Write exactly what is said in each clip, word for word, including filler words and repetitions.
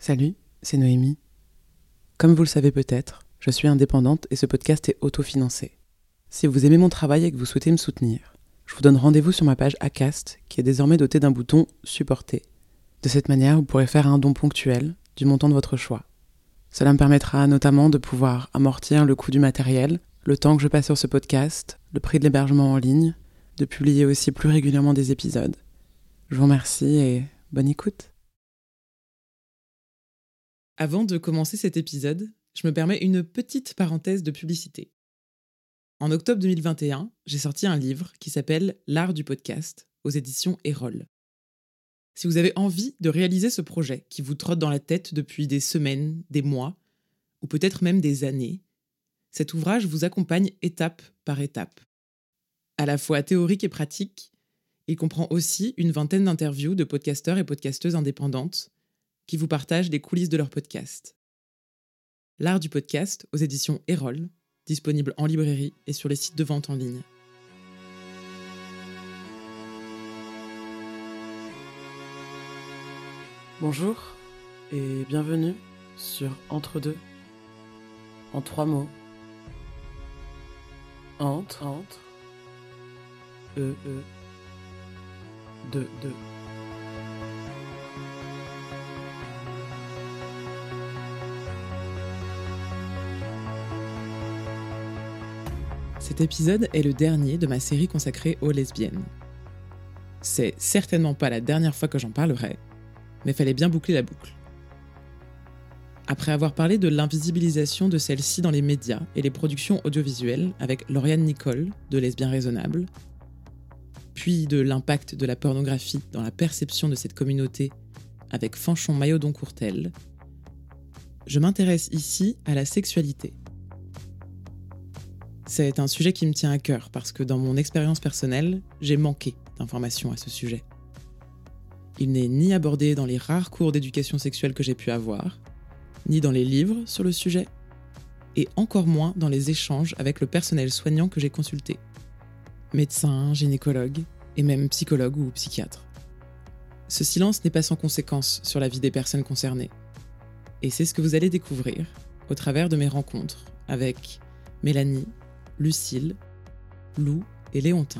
Salut, c'est Noémie. Comme vous le savez peut-être, je suis indépendante et ce podcast est autofinancé. Si vous aimez mon travail et que vous souhaitez me soutenir, je vous donne rendez-vous sur ma page Acast qui est désormais dotée d'un bouton « Supporter ». De cette manière, vous pourrez faire un don ponctuel du montant de votre choix. Cela me permettra notamment de pouvoir amortir le coût du matériel, le temps que je passe sur ce podcast, le prix de l'hébergement en ligne, de publier aussi plus régulièrement des épisodes. Je vous remercie et bonne écoute. Avant de commencer cet épisode, je me permets une petite parenthèse de publicité. En octobre deux mille vingt et un, j'ai sorti un livre qui s'appelle « L'art du podcast » aux éditions Erol. Si vous avez envie de réaliser ce projet qui vous trotte dans la tête depuis des semaines, des mois, ou peut-être même des années, cet ouvrage vous accompagne étape par étape. À la fois théorique et pratique, il comprend aussi une vingtaine d'interviews de podcasteurs et podcasteuses indépendantes qui vous partagent les coulisses de leur podcast. L'art du podcast aux éditions Erol, disponible en librairie et sur les sites de vente en ligne. Bonjour et bienvenue sur Entre deux. En trois mots. Entre, entre, e, e, deux, deux. Cet épisode est le dernier de ma série consacrée aux lesbiennes. C'est certainement pas la dernière fois que j'en parlerai, mais fallait bien boucler la boucle. Après avoir parlé de l'invisibilisation de celle-ci dans les médias et les productions audiovisuelles avec Lauriane Nicole de Lesbiens Raisonnables, puis de l'impact de la pornographie dans la perception de cette communauté avec Fanchon Mailloton-Courtel, je m'intéresse ici à la sexualité. C'est un sujet qui me tient à cœur parce que dans mon expérience personnelle, j'ai manqué d'informations à ce sujet. Il n'est ni abordé dans les rares cours d'éducation sexuelle que j'ai pu avoir, ni dans les livres sur le sujet, et encore moins dans les échanges avec le personnel soignant que j'ai consulté. Médecins, gynécologues, et même psychologues ou psychiatres. Ce silence n'est pas sans conséquence sur la vie des personnes concernées. Et c'est ce que vous allez découvrir au travers de mes rencontres avec Mélanie, Lucille, Lou et Léontin.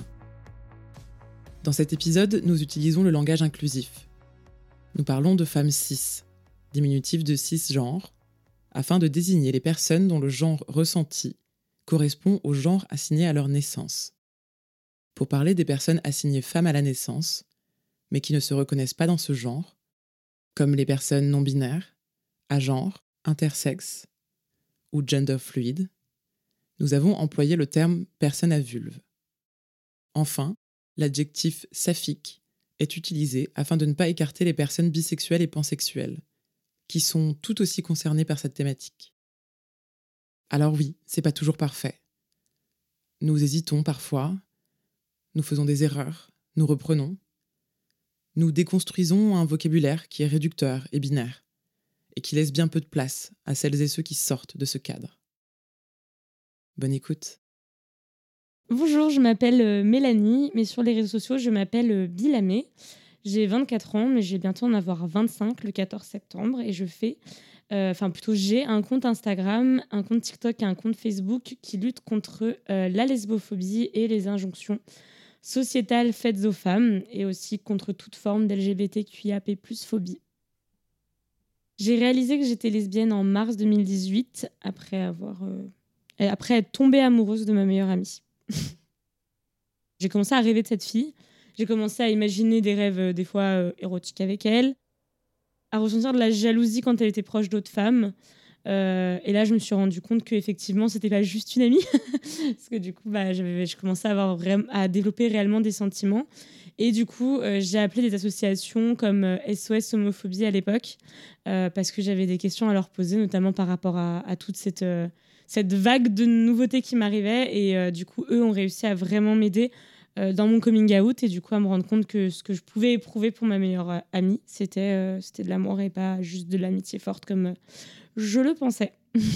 Dans cet épisode, nous utilisons le langage inclusif. Nous parlons de femmes cis, diminutif de cisgenre, afin de désigner les personnes dont le genre ressenti correspond au genre assigné à leur naissance. Pour parler des personnes assignées femmes à la naissance, mais qui ne se reconnaissent pas dans ce genre, comme les personnes non-binaires, agenres, intersexes ou gender fluide, nous avons employé le terme « personne à vulve ». Enfin, l'adjectif « saphique » est utilisé afin de ne pas écarter les personnes bisexuelles et pansexuelles, qui sont tout aussi concernées par cette thématique. Alors oui, c'est pas toujours parfait. Nous hésitons parfois, nous faisons des erreurs, nous reprenons. Nous déconstruisons un vocabulaire qui est réducteur et binaire, et qui laisse bien peu de place à celles et ceux qui sortent de ce cadre. Bonne écoute. Bonjour, je m'appelle Mélanie, mais sur les réseaux sociaux, je m'appelle Bilamé. J'ai vingt-quatre ans, mais j'ai bientôt en avoir vingt-cinq le quatorze septembre, et je fais, euh, enfin plutôt j'ai un compte Instagram, un compte TikTok et un compte Facebook qui luttent contre euh, la lesbophobie et les injonctions sociétales faites aux femmes, et aussi contre toute forme d'L G B T Q I A P plus, phobie. J'ai réalisé que j'étais lesbienne en mars deux mille dix-huit, après avoir... Euh, après être tombée amoureuse de ma meilleure amie. J'ai commencé à rêver de cette fille. J'ai commencé à imaginer des rêves, euh, des fois euh, érotiques avec elle, à ressentir de la jalousie quand elle était proche d'autres femmes. Euh, et là, je me suis rendu compte qu'effectivement, c'était pas juste une amie. Parce que du coup, bah, j'avais, je commençais à, avoir vraiment, à développer réellement des sentiments. Et du coup, euh, j'ai appelé des associations comme euh, S O S Homophobie à l'époque, euh, parce que j'avais des questions à leur poser, notamment par rapport à, à toute cette... Euh, cette vague de nouveautés qui m'arrivait, et euh, du coup eux ont réussi à vraiment m'aider euh, dans mon coming out, et du coup à me rendre compte que ce que je pouvais éprouver pour ma meilleure euh, amie, c'était, euh, c'était de l'amour et pas juste de l'amitié forte comme euh, je le pensais.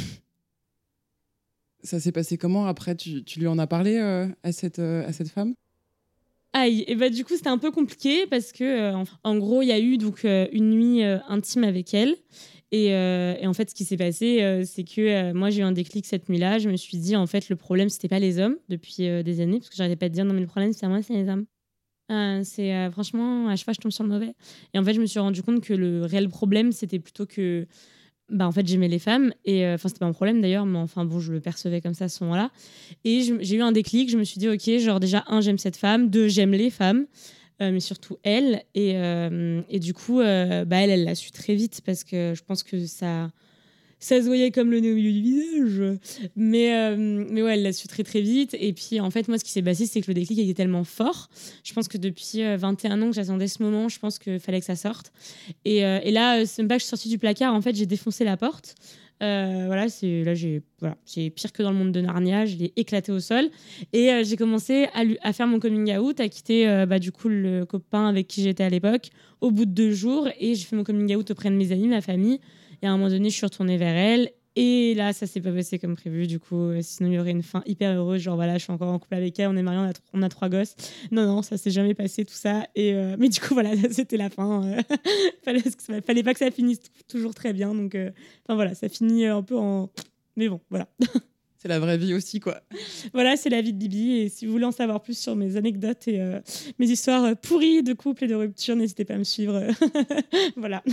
Ça s'est passé comment après? tu, tu lui en as parlé euh, à, cette, euh, à cette femme? Aïe, et bah du coup c'était un peu compliqué parce que euh, en gros il y a eu donc euh, une nuit euh, intime avec elle. Et, euh, et en fait, ce qui s'est passé, euh, c'est que euh, moi, j'ai eu un déclic cette nuit-là. Je me suis dit, en fait, le problème, c'était pas les hommes depuis euh, des années, parce que j'arrêtais pas de dire, non, mais le problème, c'est à moi, c'est les hommes. Euh, c'est euh, franchement, à chaque fois, je tombe sur le mauvais. Et en fait, je me suis rendu compte que le réel problème, c'était plutôt que, bah, en fait, j'aimais les femmes. Et enfin, euh, c'était pas un problème d'ailleurs, mais enfin, bon, je le percevais comme ça à ce moment-là. Et je, j'ai eu un déclic. Je me suis dit, ok, genre déjà, un, j'aime cette femme. Deux, j'aime les femmes. Euh, mais surtout elle. Et, euh, et du coup, euh, bah, elle, elle l'a su très vite parce que je pense que ça, ça se voyait comme le nez au milieu du visage. Mais, euh, mais ouais, elle l'a su très très vite. Et puis en fait, moi, ce qui s'est passé, c'est que le déclic était tellement fort. Je pense que depuis euh, vingt et un ans que j'attendais ce moment, je pense qu'il fallait que ça sorte. Et, euh, et là, c'est même pas que je suis sortie du placard, en fait, j'ai défoncé la porte. Euh, voilà, c'est là j'ai voilà, c'est pire que dans le monde de Narnia, je l'ai éclaté au sol et euh, j'ai commencé à, lui, à faire mon coming out, à quitter euh, bah, du coup le copain avec qui j'étais à l'époque au bout de deux jours et j'ai fait mon coming out auprès de mes amis, ma famille et à un moment donné je suis retournée vers elle et là ça s'est pas passé comme prévu du coup euh, sinon il y aurait une fin hyper heureuse genre voilà je suis encore en couple avec elle, on est mariés, on a, on a trois gosses, non non ça s'est jamais passé tout ça et euh, mais du coup voilà c'était la fin euh, fallait, fallait pas que ça finisse t- toujours très bien donc euh, enfin voilà ça finit un peu en mais bon voilà. C'est la vraie vie aussi quoi. Voilà c'est la vie de Bibi et si vous voulez en savoir plus sur mes anecdotes et euh, mes histoires pourries de couple et de rupture n'hésitez pas à me suivre. Voilà.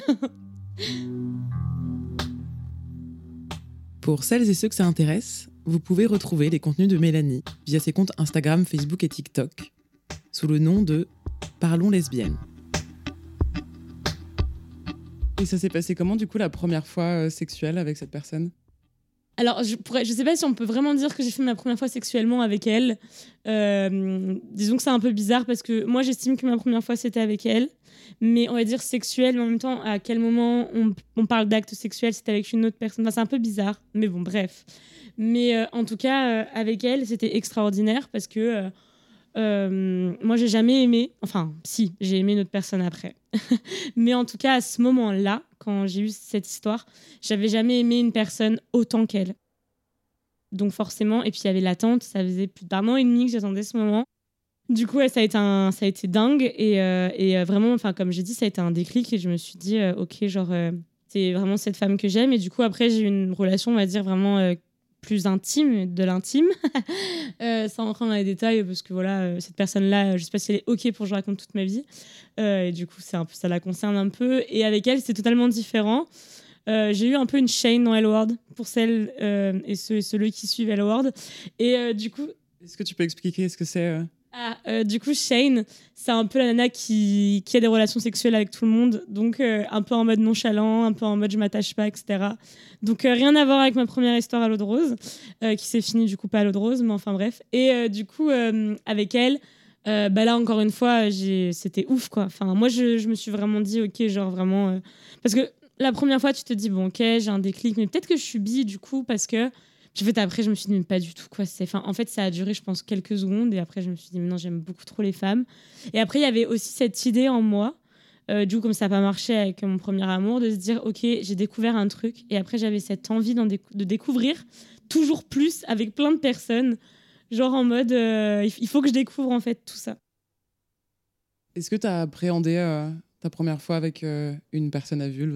Pour celles et ceux que ça intéresse, vous pouvez retrouver les contenus de Mélanie via ses comptes Instagram, Facebook et TikTok, sous le nom de Parlons lesbiennes. Et ça s'est passé comment, du coup, la première fois euh, sexuelle avec cette personne ? Alors, je pourrais, je sais pas si on peut vraiment dire que j'ai fait ma première fois sexuellement avec elle. Euh, disons que c'est un peu bizarre parce que moi, j'estime que ma première fois, c'était avec elle. Mais on va dire sexuelle, mais en même temps, à quel moment on, on parle d'acte sexuel, c'était avec une autre personne. Enfin, c'est un peu bizarre, mais bon, bref. Mais euh, en tout cas, euh, avec elle, c'était extraordinaire parce que euh, euh, moi, j'ai jamais aimé... Enfin, si, j'ai aimé une autre personne après. Mais en tout cas, à ce moment-là, quand j'ai eu cette histoire, j'avais jamais aimé une personne autant qu'elle. Donc forcément, et puis il y avait l'attente, ça faisait plus d'un an et demi que j'attendais ce moment. Du coup, ouais, ça, a été un, ça a été dingue. Et, euh, et vraiment, comme j'ai dit, ça a été un déclic. Et je me suis dit, euh, ok, genre, euh, c'est vraiment cette femme que j'aime. Et du coup, après, j'ai eu une relation, on va dire, vraiment euh, plus intime, de l'intime. euh, sans rentrer dans les détails, parce que voilà, euh, cette personne-là, je sais pas si elle est ok pour que je raconte toute ma vie. Euh, et du coup, c'est un peu, ça la concerne un peu. Et avec elle, c'est totalement différent. Euh, j'ai eu un peu une chaîne dans L-Word pour celles euh, et ceux et ceux qui suivent L-Word. Et euh, du coup... Est-ce que tu peux expliquer ce que c'est euh... Ah, euh, du coup, Shane, c'est un peu la nana qui, qui a des relations sexuelles avec tout le monde. Donc, euh, un peu en mode nonchalant, un peu en mode je m'attache pas, et cetera. Donc, euh, rien à voir avec ma première histoire à l'eau de rose, euh, qui s'est finie du coup pas à l'eau de rose, mais enfin bref. Et euh, du coup, euh, avec elle, euh, bah là, encore une fois, j'ai... c'était ouf, quoi. Enfin, moi, je, je me suis vraiment dit, ok, genre vraiment... Euh... Parce que la première fois, tu te dis, bon, ok, j'ai un déclic, mais peut-être que je suis bi, du coup, parce que... Puis en fait, après, je me suis dit, mais pas du tout, quoi. C'est... Enfin, en fait, ça a duré, je pense, quelques secondes. Et après, je me suis dit, mais non, j'aime beaucoup trop les femmes. Et après, il y avait aussi cette idée en moi, euh, du coup, comme ça n'a pas marché avec mon premier amour, de se dire, OK, j'ai découvert un truc. Et après, j'avais cette envie d'en décou- de découvrir toujours plus avec plein de personnes. Genre en mode, euh, il faut que je découvre, en fait, tout ça. Est-ce que tu as appréhendé euh, ta première fois avec euh, une personne à vulve ?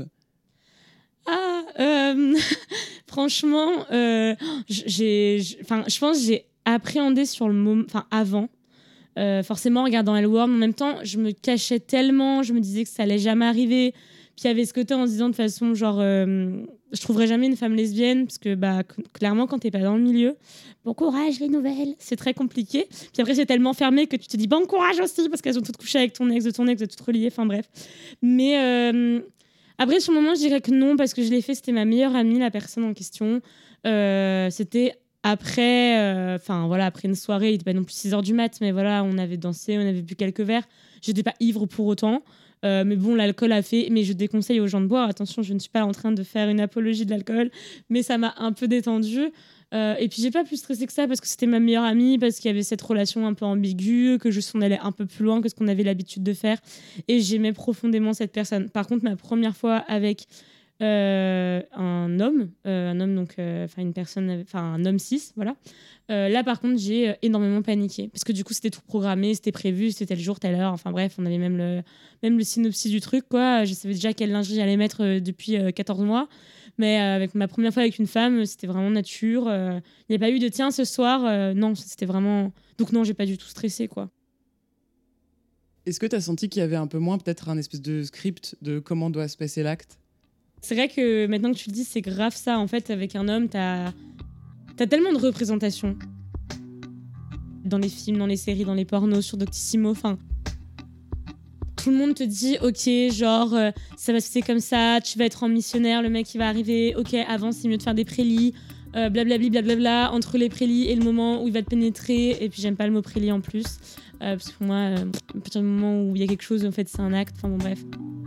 Ah, euh... franchement, euh, j'ai, enfin, je pense que j'ai appréhendé sur le moment, enfin avant, euh, forcément en regardant L-Word, mais en même temps, je me cachais tellement, je me disais que ça allait jamais arriver. Puis il y avait ce côté en se disant de façon genre, euh, je trouverai jamais une femme lesbienne parce que bah clairement quand t'es pas dans le milieu, bon courage les nouvelles, c'est très compliqué. Puis après c'est tellement fermé que tu te dis bon courage aussi parce qu'elles ont toutes couché avec ton ex, de ton ex, de toutes reliées, enfin bref. Mais euh, Après, sur le moment, je dirais que non, parce que je l'ai fait, c'était ma meilleure amie, la personne en question. Euh, c'était après, enfin euh, voilà, après une soirée, il n'était pas non plus six heures du mat', mais voilà, on avait dansé, on avait bu quelques verres. J'étais pas ivre pour autant. Euh, mais bon, l'alcool a fait. Mais je déconseille aux gens de boire. Attention, je ne suis pas en train de faire une apologie de l'alcool, mais ça m'a un peu détendue. Euh, et puis j'ai pas plus stressé que ça parce que c'était ma meilleure amie, parce qu'il y avait cette relation un peu ambiguë, que je on allait un peu plus loin que ce qu'on avait l'habitude de faire, et j'aimais profondément cette personne. Par contre, ma première fois avec euh, un homme, euh, un homme donc, euh, enfin une personne, enfin un homme cis, voilà. Euh, là par contre j'ai euh, énormément paniqué parce que du coup c'était tout programmé, c'était prévu, c'était tel jour, telle heure, enfin bref, on avait même le, même le synopsis du truc quoi. Je savais déjà quelle lingerie j'allais mettre euh, depuis euh, quatorze mois, mais euh, avec ma première fois avec une femme, c'était vraiment nature. Il euh, n'y a pas eu de tiens ce soir, euh, non, c'était vraiment. Donc non, j'ai pas du tout stressé quoi. Est-ce que tu as senti qu'il y avait un peu moins peut-être un espèce de script de comment doit se passer l'acte ? C'est vrai que maintenant que tu le dis, c'est grave ça. En fait, avec un homme, t'as as tellement de représentations. Dans les films, dans les séries, dans les pornos, sur Doctissimo, enfin... Tout le monde te dit, ok, genre, euh, ça va se passer comme ça, tu vas être en missionnaire, le mec il va arriver, ok, avant c'est mieux de faire des prélis, euh, blablabli, blablabla, entre les prélis et le moment où il va te pénétrer, et puis j'aime pas le mot prélis en plus, euh, parce que pour moi, euh, à partir du moment où il y a quelque chose, en fait c'est un acte, enfin bon bref.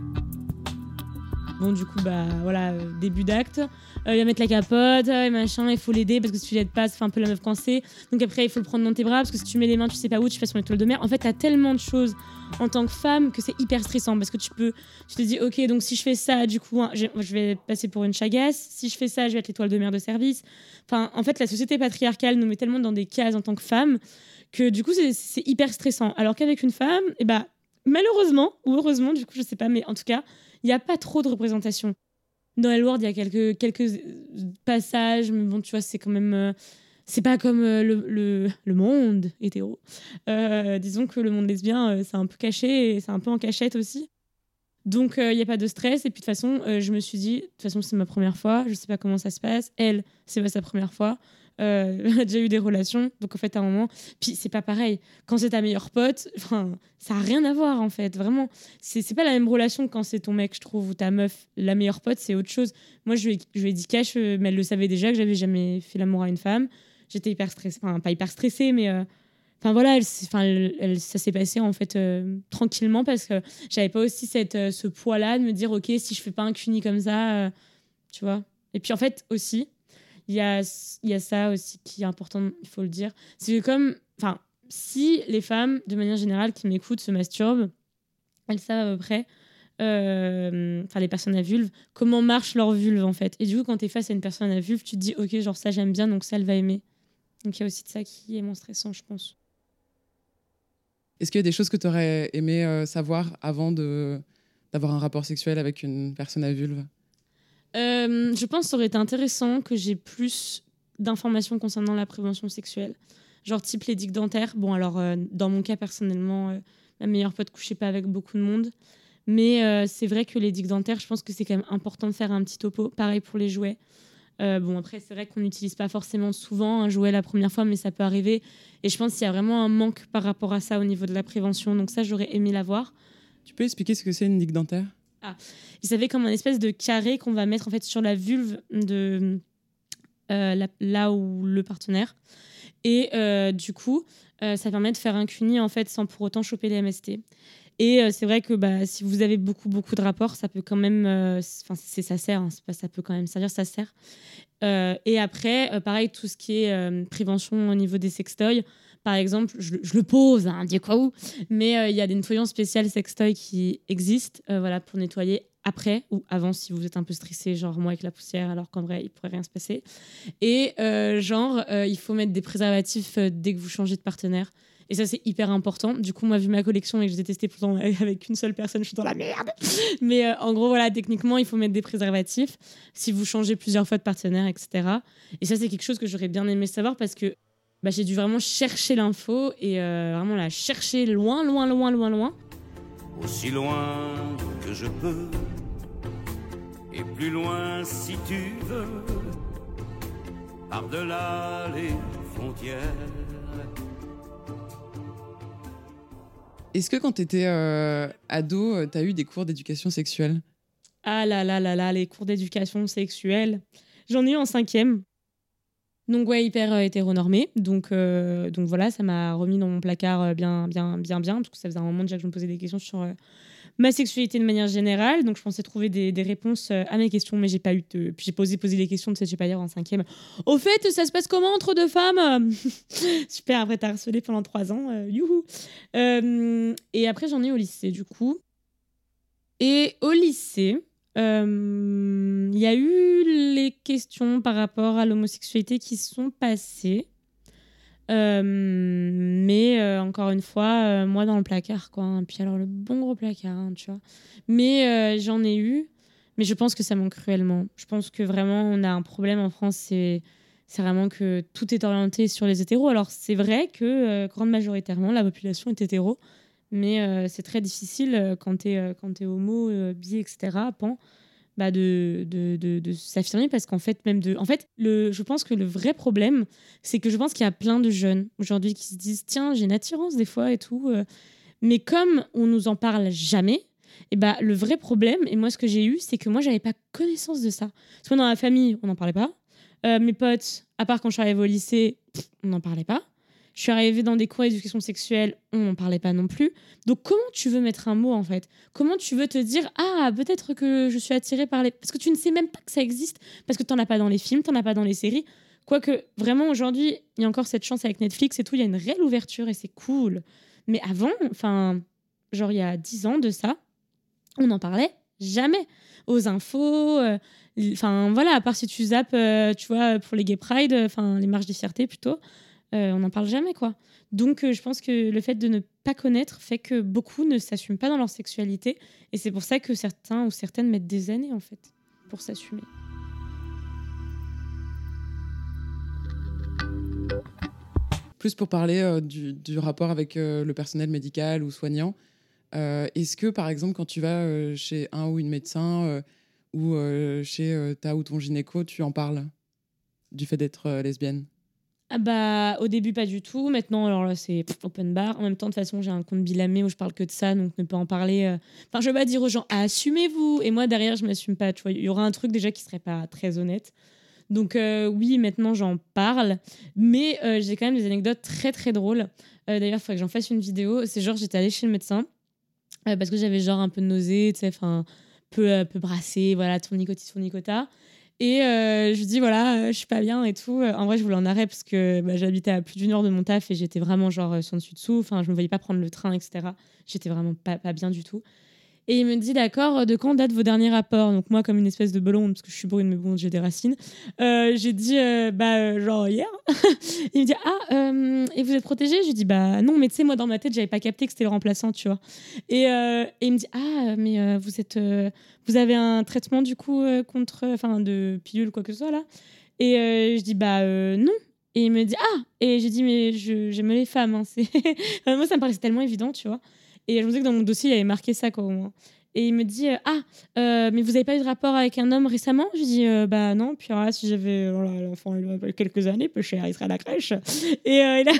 Bon, du coup, bah voilà, euh, début d'acte. Euh, il va mettre la capote, euh, et machin, il faut l'aider parce que si tu l'aides pas, ça fait un peu la meuf coincée. Donc après, il faut le prendre dans tes bras parce que si tu mets les mains, tu sais pas où, tu fais sur l'étoile de mer. En fait, t'as tellement de choses en tant que femme que c'est hyper stressant parce que tu peux, tu te dis, ok, donc si je fais ça, du coup, hein, je vais passer pour une chagasse. Si je fais ça, je vais être l'étoile de mer de service. Enfin, en fait, la société patriarcale nous met tellement dans des cases en tant que femme que du coup, c'est hyper stressant. Alors qu'avec une femme, eh bah, malheureusement, ou heureusement, du coup, je sais pas, mais en tout cas, il n'y a pas trop de représentation. Dans L-Word, il y a quelques, quelques passages, mais bon, tu vois, c'est quand même... Euh, c'est pas comme euh, le, le, le monde hétéro. Euh, disons que le monde lesbien, euh, c'est un peu caché et c'est un peu en cachette aussi. Donc, il euh, n'y a pas de stress. Et puis, de toute façon, euh, je me suis dit, de toute façon, c'est ma première fois, je sais pas comment ça se passe. Elle, c'est pas sa première fois. Euh, elle a déjà eu des relations. Donc, en fait, à un moment... Puis, c'est pas pareil. Quand c'est ta meilleure pote, ça n'a rien à voir, en fait. Vraiment, c'est pas la même relation que quand c'est ton mec, je trouve, ou ta meuf. La meilleure pote, c'est autre chose. Moi, je lui ai, je lui ai dit cash, euh, mais elle le savait déjà que j'avais jamais fait l'amour à une femme. J'étais hyper stressée. Enfin, pas hyper stressée, mais... Euh, Enfin voilà, elle, enfin, elle, elle, ça s'est passé en fait euh, tranquillement parce que j'avais pas aussi cette, euh, ce poids-là de me dire ok, si je fais pas un cuni comme ça, euh, tu vois. Et puis en fait aussi, il y a, y a ça aussi qui est important, il faut le dire. C'est que comme, enfin, si les femmes de manière générale qui m'écoutent se masturbent, elles savent à peu près, enfin euh, les personnes à vulve, comment marche leur vulve en fait. Et du coup, quand t'es face à une personne à vulve, tu te dis ok, genre ça j'aime bien, donc ça elle va aimer. Donc il y a aussi de ça qui est moins stressant, je pense. Est-ce qu'il y a des choses que tu aurais aimé euh, savoir avant de, d'avoir un rapport sexuel avec une personne à vulve ? euh, Je pense que ça aurait été intéressant que j'ai plus d'informations concernant la prévention sexuelle. Genre type les digues dentaires. Bon, alors, euh, dans mon cas, personnellement, euh, ma meilleure pote couchait pas avec beaucoup de monde. Mais euh, c'est vrai que les digues dentaires, je pense que c'est quand même important de faire un petit topo. Pareil pour les jouets. Euh, bon, après, c'est vrai qu'on n'utilise pas forcément souvent un jouet la première fois, mais ça peut arriver. Et je pense qu'il y a vraiment un manque par rapport à ça au niveau de la prévention. Donc ça, j'aurais aimé l'avoir. Tu peux expliquer ce que c'est une digue dentaire ? Ah, il savait comme un espèce de carré qu'on va mettre en fait sur la vulve de euh, la, là où le partenaire. Et euh, du coup, euh, ça permet de faire un cuni en fait sans pour autant choper les M S T. Et euh, c'est vrai que bah, si vous avez beaucoup, beaucoup de rapports, ça peut quand même... Enfin, euh, c'est ça sert, hein, pas, ça peut quand même servir, ça sert. Euh, et après, euh, pareil, tout ce qui est euh, prévention au niveau des sextoys. Par exemple, je, je le pose, hein, dis quoi où, mais il euh, y a des nettoyants spéciaux sextoys qui existent euh, voilà, pour nettoyer après ou avant si vous êtes un peu stressé, genre moi avec la poussière, alors qu'en vrai, il pourrait rien se passer. Et euh, genre, euh, il faut mettre des préservatifs euh, dès que vous changez de partenaire. Et ça, c'est hyper important. Du coup, moi, vu ma collection et que j'ai testé pourtant avec une seule personne, je suis dans la merde. Mais euh, en gros, voilà, techniquement, il faut mettre des préservatifs si vous changez plusieurs fois de partenaire, et cetera. Et ça, c'est quelque chose que j'aurais bien aimé savoir parce que bah, j'ai dû vraiment chercher l'info et euh, vraiment la chercher loin, loin, loin, loin, loin. Aussi loin que je peux et plus loin si tu veux, par-delà les frontières. Est-ce que quand tu étais euh, ado, tu as eu des cours d'éducation sexuelle ? Ah là là là là, les cours d'éducation sexuelle. J'en ai eu en cinquième. Donc ouais, hyper euh, hétéronormé. Donc, euh, donc voilà, ça m'a remis dans mon placard euh, bien, bien, bien, bien. Parce que ça faisait un moment déjà que je me posais des questions sur euh, ma sexualité de manière générale. Donc je pensais trouver des, des réponses euh, à mes questions, mais j'ai pas eu de... Puis j'ai posé, posé des questions, tu sais, je vais pas dire en cinquième. Au fait, ça se passe comment entre deux femmes ? Super, après t'as harcelé pendant trois ans. Euh, youhou euh, Et après, j'en ai eu au lycée, du coup. Et au lycée, il euh, il y a eu les questions par rapport à l'homosexualité qui sont passées. Euh, mais euh, encore une fois, euh, moi dans le placard, quoi. Hein. Puis alors, le bon gros placard, hein, tu vois. Mais euh, j'en ai eu. Mais je pense que ça manque cruellement. Je pense que vraiment, on a un problème en France. C'est, c'est vraiment que tout est orienté sur les hétéros. Alors, c'est vrai que, euh, grande majoritairement, la population est hétéro. Mais euh, c'est très difficile euh, quand t'es, euh, quand t'es homo, euh, bi, et cetera, pan, bah de, de, de, de s'affirmer parce qu'en fait, même de... En fait, le, je pense que le vrai problème, c'est que je pense qu'il y a plein de jeunes aujourd'hui qui se disent « Tiens, j'ai une attirance des fois et tout. Euh. » Mais comme on nous en parle jamais, et bah, le vrai problème, et moi, ce que j'ai eu, c'est que moi, j'avais pas connaissance de ça. Parce que moi, dans la famille, on n'en parlait pas. Euh, mes potes, à part quand je suis arrivée au lycée, pff, on n'en parlait pas. Je suis arrivée dans des cours d'éducation sexuelle, on n'en parlait pas non plus. Donc, comment tu veux mettre un mot, en fait ? Comment tu veux te dire « Ah, peut-être que je suis attirée par les... » Parce que tu ne sais même pas que ça existe, parce que tu n'en as pas dans les films, tu n'en as pas dans les séries. Quoique, vraiment, aujourd'hui, il y a encore cette chance avec Netflix et tout, il y a une réelle ouverture et c'est cool. Mais avant, enfin, genre il y a dix ans de ça, on n'en parlait jamais. Aux infos, enfin, euh, voilà, à part si tu zappes, euh, tu vois, pour les Gay Pride, enfin, les marches des fiertés plutôt, Euh, on n'en parle jamais, quoi. Donc, euh, je pense que le fait de ne pas connaître fait que beaucoup ne s'assument pas dans leur sexualité. Et c'est pour ça que certains ou certaines mettent des années, en fait, pour s'assumer. Plus pour parler euh, du, du rapport avec euh, le personnel médical ou soignant, euh, est-ce que, par exemple, quand tu vas euh, chez un ou une médecin euh, ou euh, chez euh, ta ou ton gynéco, tu en parles du fait d'être euh, lesbienne ? Ah bah, au début, pas du tout. Maintenant, alors là, c'est open bar. En même temps, de toute façon, j'ai un compte Bilamé où je parle que de ça, donc ne pas en parler. Euh... Enfin, je vais pas dire aux gens, assumez-vous. Et moi, derrière, je m'assume pas. Tu vois, il y aura un truc déjà qui serait pas très honnête. Donc, euh, oui, maintenant, j'en parle. Mais euh, j'ai quand même des anecdotes très, très drôles. Euh, d'ailleurs, il faudrait que j'en fasse une vidéo. C'est genre, j'étais allée chez le médecin euh, parce que j'avais genre un peu de nausée, tu sais, enfin, peu, euh, peu brassée, voilà, tournicotis, tournicota. Et euh, je lui dis, voilà, euh, je suis pas bien et tout. En vrai, je voulais en arrêt parce que bah, j'habitais à plus d'une heure de mon taf et j'étais vraiment genre euh, sans dessus-dessous. Enfin, je me voyais pas prendre le train, et cetera. J'étais vraiment pas, pas bien du tout. Et il me dit, d'accord, de quand datent vos derniers rapports ? Donc moi, comme une espèce de blonde, parce que je suis brune, mais bon, j'ai des racines, euh, j'ai dit, euh, bah, euh, genre hier. Il me dit, ah, euh, et vous êtes protégée ? Je lui dis, bah non, mais tu sais, moi, dans ma tête, j'avais pas capté que c'était le remplaçant, tu vois. Et, euh, et il me dit, ah, mais euh, vous êtes, euh, vous avez un traitement, du coup, euh, contre, enfin, de pilule, quoi que ce soit, là ? Et euh, je dis, bah euh, non. Et il me dit, ah, et j'ai dit, mais je, j'aime les femmes, hein, c'est... moi, ça me paraissait tellement évident, tu vois. Et je me disais que dans mon dossier, il avait marqué ça, quoi, au moins. Et il me dit, euh, ah, euh, mais vous n'avez pas eu de rapport avec un homme récemment ? Je dis, euh, bah non. Puis alors là, si j'avais voilà, l'enfant, il a quelques années, peu cher, il serait à la crèche. Et, euh, et là,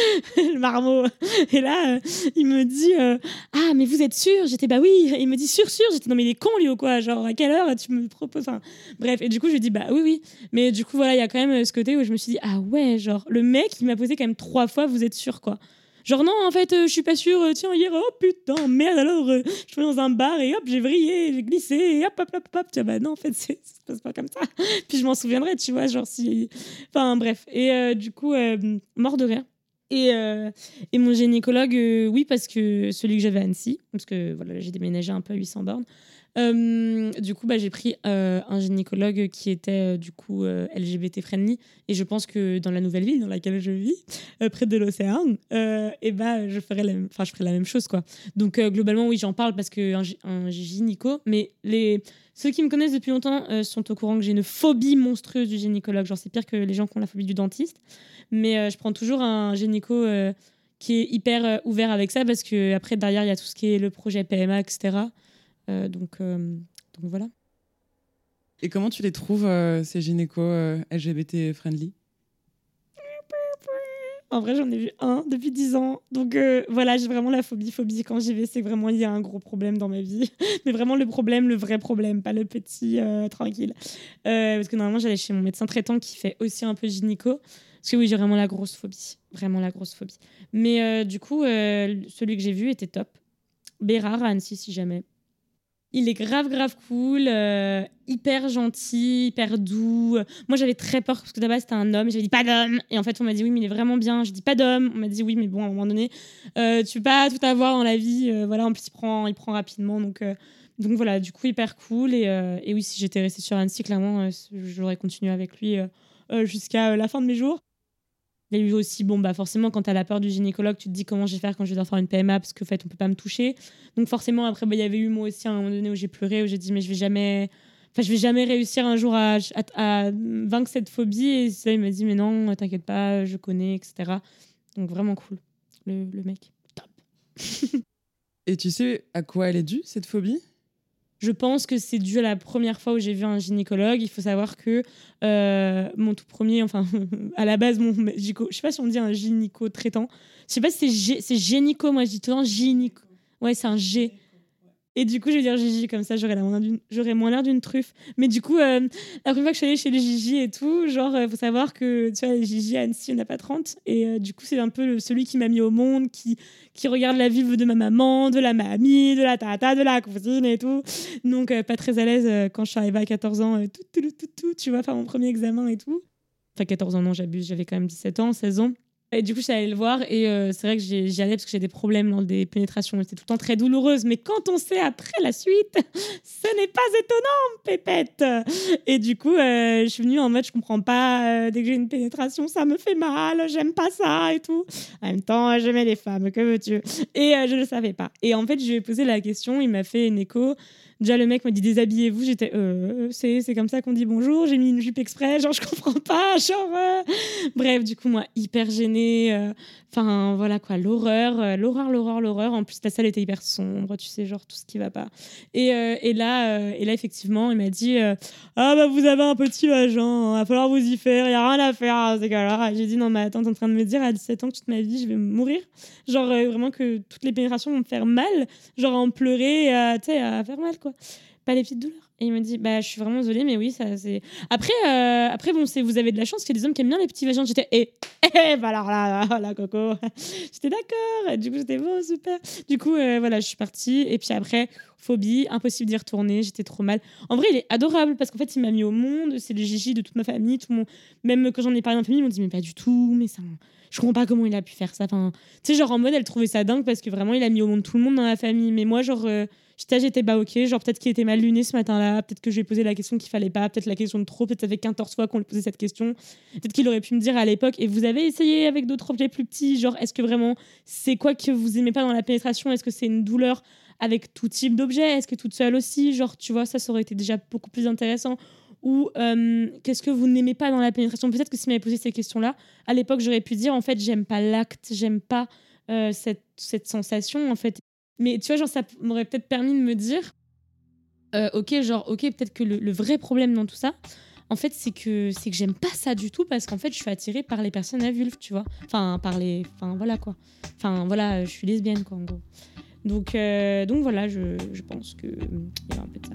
le marmot. Et là, euh, il me dit, euh, ah, mais vous êtes sûr ? J'étais, bah oui. Et il me dit, sûr, sûr. J'étais, non, mais il est con, lui, ou quoi ? Genre, à quelle heure tu me proposes enfin, bref. Et du coup, je lui dis, bah oui, oui. Mais du coup, voilà, il y a quand même ce côté où je me suis dit, ah ouais, genre, le mec, il m'a posé quand même trois fois, vous êtes sûr, quoi. Genre non, en fait, euh, je suis pas sûre. Euh, tiens, hier, oh putain, merde, alors, euh, je suis dans un bar et hop, j'ai vrillé, j'ai glissé, et hop, hop, hop, hop. Tu vois, bah non, en fait, c'est, ça se passe pas comme ça. Puis je m'en souviendrai, tu vois, genre si... Enfin, bref. Et euh, du coup, euh, mort de rire. Et, euh, et mon gynécologue, euh, oui, parce que celui que j'avais à Annecy, parce que voilà, j'ai déménagé un peu à huit cents bornes. Euh, du coup, bah, j'ai pris euh, un gynécologue qui était euh, du coup euh, L G B T friendly, et je pense que dans la nouvelle ville dans laquelle je vis, euh, près de l'océan, euh, et bah, je ferais la même, enfin, je ferais la même chose, quoi. Donc euh, globalement, oui, j'en parle parce que un, un gynéco, mais les ceux qui me connaissent depuis longtemps euh, sont au courant que j'ai une phobie monstrueuse du gynécologue. Genre, c'est pire que les gens qui ont la phobie du dentiste. Mais euh, je prends toujours un gynéco euh, qui est hyper euh, ouvert avec ça, parce que après derrière il y a tout ce qui est le projet P M A, et cetera. Euh, donc, euh, donc voilà. Et comment tu les trouves, euh, ces gynécos euh, L G B T friendly ? En vrai, j'en ai vu un depuis dix ans. Donc euh, voilà, j'ai vraiment la phobie. Phobie, quand j'y vais, c'est vraiment, il y a un gros problème dans ma vie. Mais vraiment le problème, le vrai problème, pas le petit euh, tranquille. Euh, parce que normalement, j'allais chez mon médecin traitant qui fait aussi un peu gynéco. Parce que oui, j'ai vraiment la grosse phobie. Vraiment la grosse phobie. Mais euh, du coup, euh, celui que j'ai vu était top. Bérard à Annecy, si jamais. Il est grave, grave cool, euh, hyper gentil, hyper doux. Moi, j'avais très peur parce que d'abord, c'était un homme. J'avais dit pas d'homme. Et en fait, on m'a dit oui, mais il est vraiment bien. J'ai dit pas d'homme. On m'a dit oui, mais bon, à un moment donné, euh, tu peux pas tout avoir dans la vie. Euh, voilà, en plus, il prend, il prend rapidement. Donc, euh, Donc voilà, du coup, hyper cool. Et, euh, et oui, si j'étais restée sur Annecy, clairement, euh, j'aurais continué avec lui euh, euh, jusqu'à euh, la fin de mes jours. Il y a eu aussi, bon, bah forcément, quand tu as la peur du gynécologue, tu te dis comment je vais faire quand je vais devoir faire une P M A parce qu'en fait, on peut pas me toucher. Donc forcément, après, bah, il y avait eu moi aussi à un moment donné où j'ai pleuré, où j'ai dit, mais je vais jamais, enfin, je vais jamais réussir un jour à, à, à vaincre cette phobie. Et ça, il m'a dit, mais non, t'inquiète pas, je connais, et cetera. Donc vraiment cool, le, le mec. Top. Et tu sais à quoi elle est due, cette phobie ? Je pense que c'est dû à la première fois où j'ai vu un gynécologue. Il faut savoir que euh, mon tout premier, enfin, à la base, mon gynéco, je sais pas si on dit un gynéco-traitant. Je sais pas si c'est, G, c'est gynéco, moi je dis tout le temps gynéco. Ouais, c'est un G. Et du coup, je vais dire Gigi, comme ça, j'aurais, la, j'aurais moins l'air d'une truffe. Mais du coup, euh, la première fois que je suis allée chez les Gigi et tout, genre, il euh, faut savoir que, tu vois, les Gigi à Annecy, il n'y en a pas trente. Et euh, du coup, c'est un peu le, celui qui m'a mis au monde, qui, qui regarde la vie de ma maman, de la mamie, de la tata, de la cousine et tout. Donc, euh, pas très à l'aise euh, quand je suis arrivée à quatorze ans, euh, tout, tout, tout, tout, tout, tu vois, faire mon premier examen et tout. Enfin, quatorze ans, non, j'abuse, j'avais quand même dix-sept ans, seize ans. Et du coup, je suis allée le voir et euh, c'est vrai que j'ai, j'y allais parce que j'ai des problèmes dans des pénétrations. C'était tout le temps très douloureuse. Mais quand on sait après la suite, ce n'est pas étonnant, pépette. Et du coup, euh, je suis venue en mode, je comprends pas. Euh, dès que j'ai une pénétration, ça me fait mal. J'aime pas ça et tout. En même temps, j'aimais les femmes, que veux-tu ? Et euh, je le savais pas. Et en fait, je lui ai posé la question. Il m'a fait une écho. Déjà, le mec m'a dit déshabillez-vous. J'étais, euh, c'est, c'est comme ça qu'on dit bonjour. J'ai mis une jupe exprès. Genre, je comprends pas. Genre, euh... bref, du coup, moi, hyper gênée. Enfin, euh, voilà quoi, l'horreur, euh, l'horreur, l'horreur, l'horreur. En plus, la salle était hyper sombre, tu sais, genre tout ce qui va pas. Et, euh, et, là, euh, et là, effectivement, il m'a dit euh, ah, bah, vous avez un petit vagin, il va falloir vous y faire, il n'y a rien à faire à ces gars-là. J'ai dit non, mais attends, t'es en train de me dire à dix-sept ans que toute ma vie, je vais mourir. Genre, euh, vraiment que toutes les pénétrations vont me faire mal, genre à en pleurer, et à, tu sais, à faire mal, quoi. Pas les petites douleurs. Et il me dit bah je suis vraiment désolée mais oui ça c'est après euh, après bon c'est vous avez de la chance qu'il y a des hommes qui aiment bien les petits vagins. J'étais eh eh bah alors là là, là coco j'étais d'accord. Du coup j'étais bon super. Du coup euh, voilà je suis partie et puis après phobie impossible d'y retourner. J'étais trop mal. En vrai il est adorable parce qu'en fait il m'a mis au monde. C'est le Gigi de toute ma famille. Tout mon même quand j'en ai parlé en famille ils m'ont dit mais pas du tout mais ça je comprends pas comment il a pu faire ça. Enfin tu sais genre en mode elle trouvait ça dingue parce que vraiment il a mis au monde tout le monde dans la famille mais moi genre euh, J'étais, j'étais bah ok, genre peut-être qu'il était mal luné ce matin-là, peut-être que je lui ai posé la question qu'il fallait pas, peut-être la question de trop, peut-être ça fait quatorze fois qu'on lui posait cette question, peut-être qu'il aurait pu me dire à l'époque, et vous avez essayé avec d'autres objets plus petits, genre est-ce que vraiment c'est quoi que vous aimez pas dans la pénétration, est-ce que c'est une douleur avec tout type d'objet, est-ce que toute seule aussi, genre tu vois, ça, ça aurait été déjà beaucoup plus intéressant. Ou euh, qu'est-ce que vous n'aimez pas dans la pénétration, peut-être que s'il m'avait posé ces questions-là, à l'époque j'aurais pu dire en fait j'aime pas l'acte, j'aime pas euh, cette, cette sensation en fait. Mais tu vois, genre, ça m'aurait peut-être permis de me dire, euh, ok, genre, ok, peut-être que le, le vrai problème dans tout ça, en fait, c'est que c'est que j'aime pas ça du tout parce qu'en fait, je suis attirée par les personnes à vulve, tu vois. Enfin, par les, enfin voilà quoi. Enfin voilà, je suis lesbienne quoi, en gros. Donc, euh, donc voilà, je, je pense que il y a un peu de ça.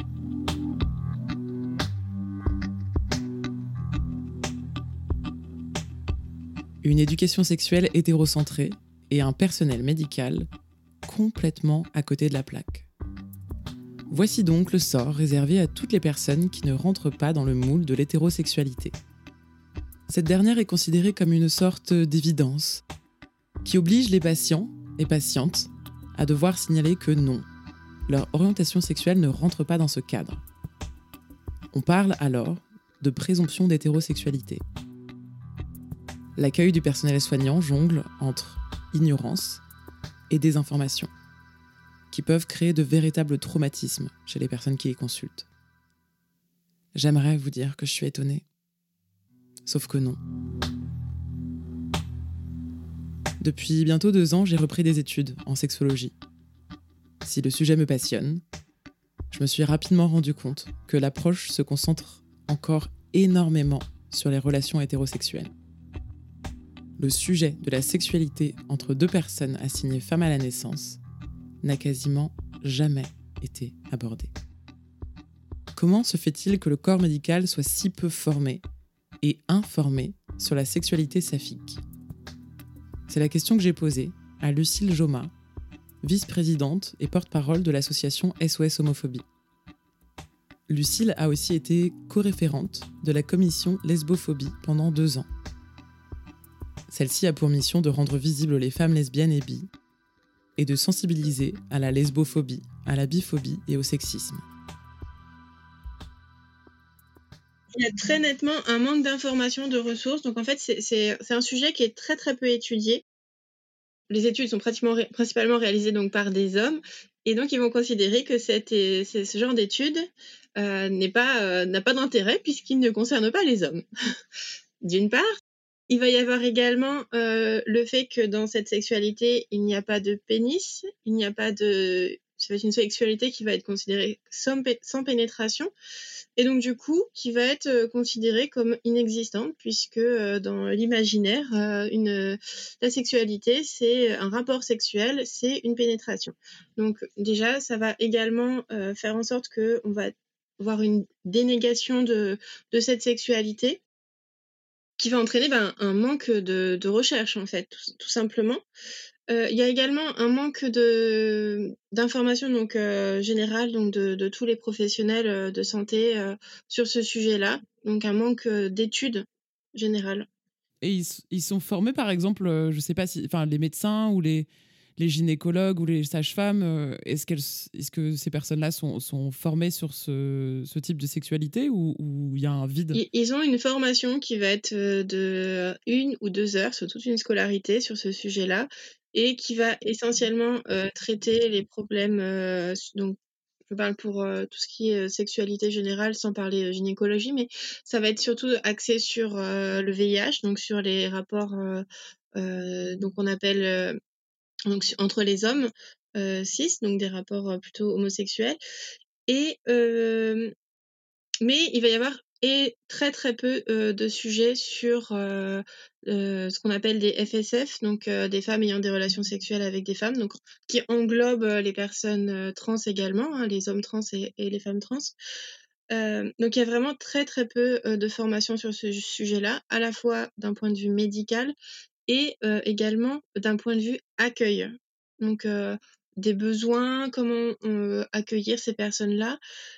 Une éducation sexuelle hétérocentrée et un personnel médical complètement à côté de la plaque. Voici donc le sort réservé à toutes les personnes qui ne rentrent pas dans le moule de l'hétérosexualité. Cette dernière est considérée comme une sorte d'évidence qui oblige les patients et patientes à devoir signaler que non, leur orientation sexuelle ne rentre pas dans ce cadre. On parle alors de présomption d'hétérosexualité. L'accueil du personnel soignant jongle entre ignorance et désinformation, qui peuvent créer de véritables traumatismes chez les personnes qui les consultent. J'aimerais vous dire que je suis étonnée. Sauf que non. Depuis bientôt deux ans, j'ai repris des études en sexologie. Si le sujet me passionne, je me suis rapidement rendu compte que l'approche se concentre encore énormément sur les relations hétérosexuelles. Le sujet de la sexualité entre deux personnes assignées femmes à la naissance n'a quasiment jamais été abordé. Comment se fait-il que le corps médical soit si peu formé et informé sur la sexualité saphique ? C'est la question que j'ai posée à Lucille Joma, vice-présidente et porte-parole de l'association S O S Homophobie. Lucille a aussi été co-référente de la commission lesbophobie pendant deux ans. Celle-ci a pour mission de rendre visibles les femmes lesbiennes et bi, et de sensibiliser à la lesbophobie, à la biphobie et au sexisme. Il y a très nettement un manque d'informations, de ressources. Donc en fait, c'est, c'est, c'est un sujet qui est très très peu étudié. Les études sont pratiquement, principalement réalisées donc par des hommes. Et donc, ils vont considérer que cette, ce genre d'études euh, n'est pas, euh, n'a pas d'intérêt puisqu'il ne concerne pas les hommes. D'une part, il va y avoir également euh, le fait que dans cette sexualité, il n'y a pas de pénis, il n'y a pas de... C'est une sexualité qui va être considérée sans, pé- sans pénétration, et donc du coup, qui va être euh, considérée comme inexistante, puisque euh, dans l'imaginaire, euh, une, la sexualité, c'est un rapport sexuel, c'est une pénétration. Donc déjà, ça va également euh, faire en sorte qu'on va avoir une dénégation de, de cette sexualité, qui va entraîner ben, un manque de, de recherche, en fait, tout, tout simplement. Euh, il y a également un manque de, d'informations donc, euh, générales donc de, de tous les professionnels euh, de santé euh, sur ce sujet-là, donc un manque euh, d'études générales. Et ils, ils sont formés, par exemple, euh, je ne sais pas si, enfin, les médecins ou les, les gynécologues ou les sages-femmes, euh, est-ce, qu'elles, est-ce que ces personnes-là sont, sont formées sur ce, ce type de sexualité ou il y a un vide ? Ils, ils ont une formation qui va être de une ou deux heures sur toute une scolarité sur ce sujet-là et qui va essentiellement euh, traiter les problèmes, euh, donc je parle pour euh, tout ce qui est euh, sexualité générale sans parler euh, gynécologie, mais ça va être surtout axé sur euh, le V I H, donc sur les rapports euh, euh, donc on appelle euh, donc, entre les hommes euh, cis, donc des rapports euh, plutôt homosexuels. Et, euh, mais il va y avoir et très très peu euh, de sujets sur euh, euh, ce qu'on appelle des F S F, donc euh, des femmes ayant des relations sexuelles avec des femmes, donc qui englobe euh, les personnes euh, trans également, hein, les hommes trans et, et les femmes trans. Euh, donc il y a vraiment très très peu euh, de formation sur ce sujet-là, à la fois d'un point de vue médical et euh, également d'un point de vue accueil. Donc euh, des besoins, comment euh, accueillir ces personnes-là.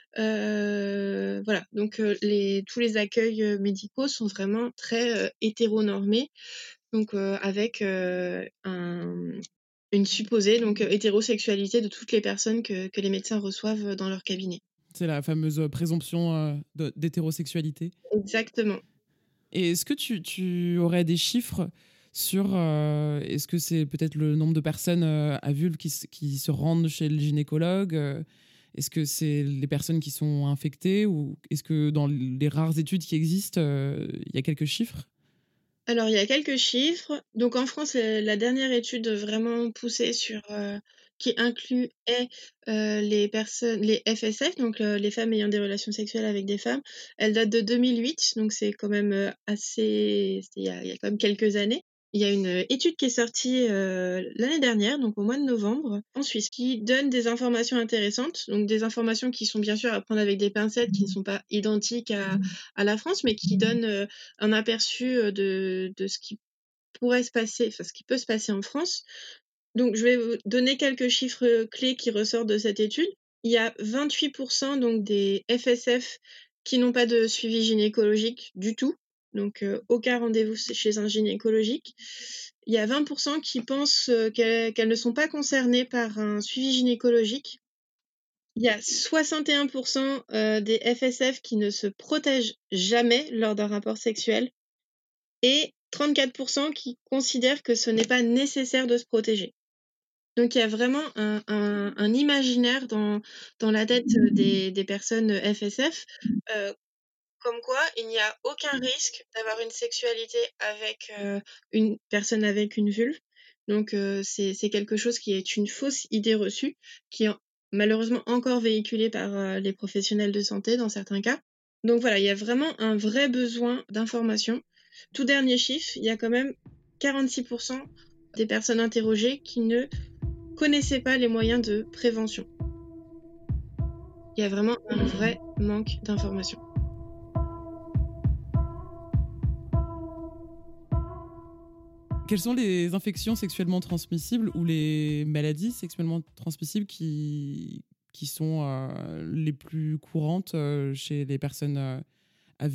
Euh, voilà, donc euh, les, tous les accueils euh, médicaux sont vraiment très euh, hétéronormés, donc euh, avec euh, un, une supposée donc euh, hétérosexualité de toutes les personnes que, que les médecins reçoivent dans leur cabinet. C'est la fameuse présomption euh, de, d'hétérosexualité. Exactement. Et est-ce que tu, tu aurais des chiffres sur... Euh, est-ce que c'est peut-être le nombre de personnes euh, à vulve qui, qui se rendent chez le gynécologue euh, Est-ce que c'est les personnes qui sont infectées ou est-ce que dans les rares études qui existent, euh, il y a quelques chiffres ? Alors, il y a quelques chiffres. Donc, en France, la dernière étude vraiment poussée sur euh, qui incluait euh, les personnes, les F S F, donc euh, les femmes ayant des relations sexuelles avec des femmes, elle date de deux mille huit, donc c'est quand même euh, assez, il y, a, il y a quand même quelques années. Il y a une étude qui est sortie euh, l'année dernière, donc au mois de novembre, en Suisse, qui donne des informations intéressantes, donc des informations qui sont bien sûr à prendre avec des pincettes, qui ne sont pas identiques à, à la France, mais qui donnent euh, un aperçu de, de ce qui pourrait se passer, enfin ce qui peut se passer en France. Donc je vais vous donner quelques chiffres clés qui ressortent de cette étude. Il y a vingt-huit pour cent donc des F S F qui n'ont pas de suivi gynécologique du tout, donc euh, aucun rendez-vous chez un gynécologique. Il y a vingt pour cent qui pensent euh, qu'elles, qu'elles ne sont pas concernées par un suivi gynécologique. Il y a soixante et un pour cent euh, des F S F qui ne se protègent jamais lors d'un rapport sexuel et trente-quatre pour cent qui considèrent que ce n'est pas nécessaire de se protéger. Donc il y a vraiment un, un, un imaginaire dans, dans la tête des, des personnes F S F, euh, comme quoi il n'y a aucun risque d'avoir une sexualité avec euh, une personne avec une vulve. Donc euh, c'est, c'est quelque chose qui est une fausse idée reçue, qui est malheureusement encore véhiculée par euh, les professionnels de santé dans certains cas. Donc voilà, il y a vraiment un vrai besoin d'information. Tout dernier chiffre, il y a quand même quarante-six pour cent des personnes interrogées qui ne connaissaient pas les moyens de prévention. Il y a vraiment un vrai manque d'information. Quelles sont les infections sexuellement transmissibles ou les maladies sexuellement transmissibles qui, qui sont euh, les plus courantes euh, chez les personnes euh, à vulve ?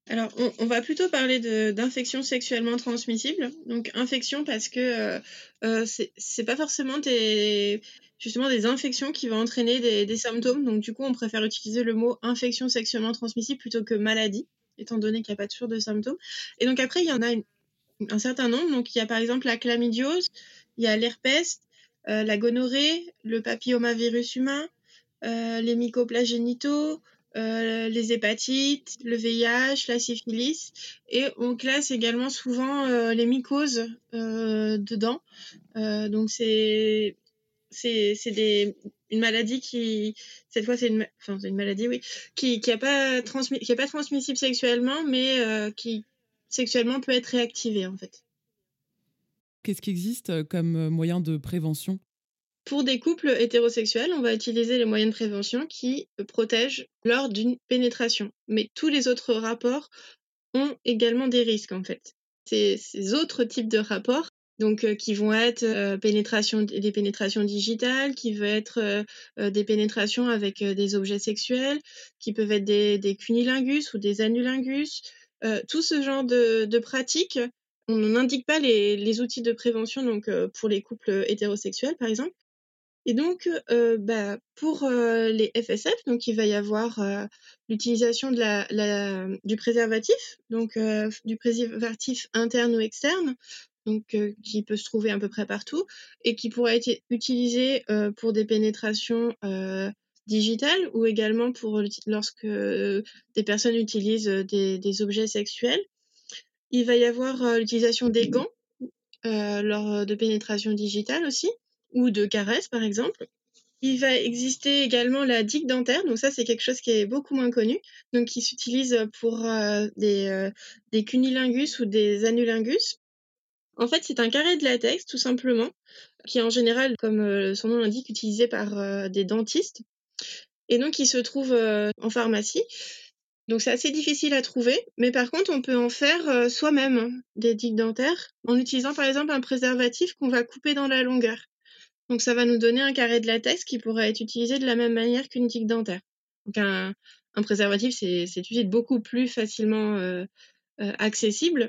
Alors, on, on va plutôt parler de, d'infections sexuellement transmissibles. Donc, infection parce que euh, euh, c'est, c'est pas forcément des, justement des infections qui vont entraîner des, des symptômes. Donc, du coup, on préfère utiliser le mot infection sexuellement transmissible plutôt que maladie, étant donné qu'il n'y a pas toujours de symptômes. Et donc, après, il y en a une, un certain nombre. Donc, il y a par exemple la chlamydiose, il y a l'herpès, euh, la gonorrhée, le papillomavirus humain, euh, les mycoplasmes génitaux, euh, les hépatites, le V I H, la syphilis, et on classe également souvent euh, les mycoses euh, dedans. Euh, donc c'est c'est c'est des une maladie qui cette fois c'est une enfin c'est une maladie oui qui qui a pas transmis qui est pas transmissible sexuellement mais euh, qui sexuellement peut être réactivée en fait. Qu'est-ce qui existe comme moyen de prévention ? Pour des couples hétérosexuels, on va utiliser les moyens de prévention qui protègent lors d'une pénétration. Mais tous les autres rapports ont également des risques, en fait. Ces, ces autres types de rapports, donc euh, qui vont être euh, pénétration, des pénétrations digitales, qui vont être euh, euh, des pénétrations avec euh, des objets sexuels, qui peuvent être des, des cunilingus ou des anulingus. Euh, tout ce genre de, de pratiques, on n'indique pas les, les outils de prévention donc, euh, pour les couples hétérosexuels, par exemple. Et donc, euh, bah, pour euh, les F S F, donc il va y avoir euh, l'utilisation de la, la, du préservatif, donc euh, du préservatif interne ou externe, donc euh, qui peut se trouver à peu près partout et qui pourrait être utilisé euh, pour des pénétrations euh, digitales ou également pour lorsque euh, des personnes utilisent des, des objets sexuels. Il va y avoir euh, l'utilisation des gants euh, lors de pénétration digitale aussi ou de caresses par exemple. Il va exister également la digue dentaire, donc ça c'est quelque chose qui est beaucoup moins connu, donc qui s'utilise pour euh, des, euh, des cunilingus ou des anulingus. En fait, c'est un carré de latex tout simplement, qui est en général, comme euh, son nom l'indique, utilisé par euh, des dentistes, et donc qui se trouve euh, en pharmacie. Donc c'est assez difficile à trouver, mais par contre on peut en faire euh, soi-même des digues dentaires en utilisant par exemple un préservatif qu'on va couper dans la longueur. Donc ça va nous donner un carré de latex qui pourrait être utilisé de la même manière qu'une digue dentaire. Donc un, un préservatif, c'est, c'est tout de suite beaucoup plus facilement euh, euh, accessible.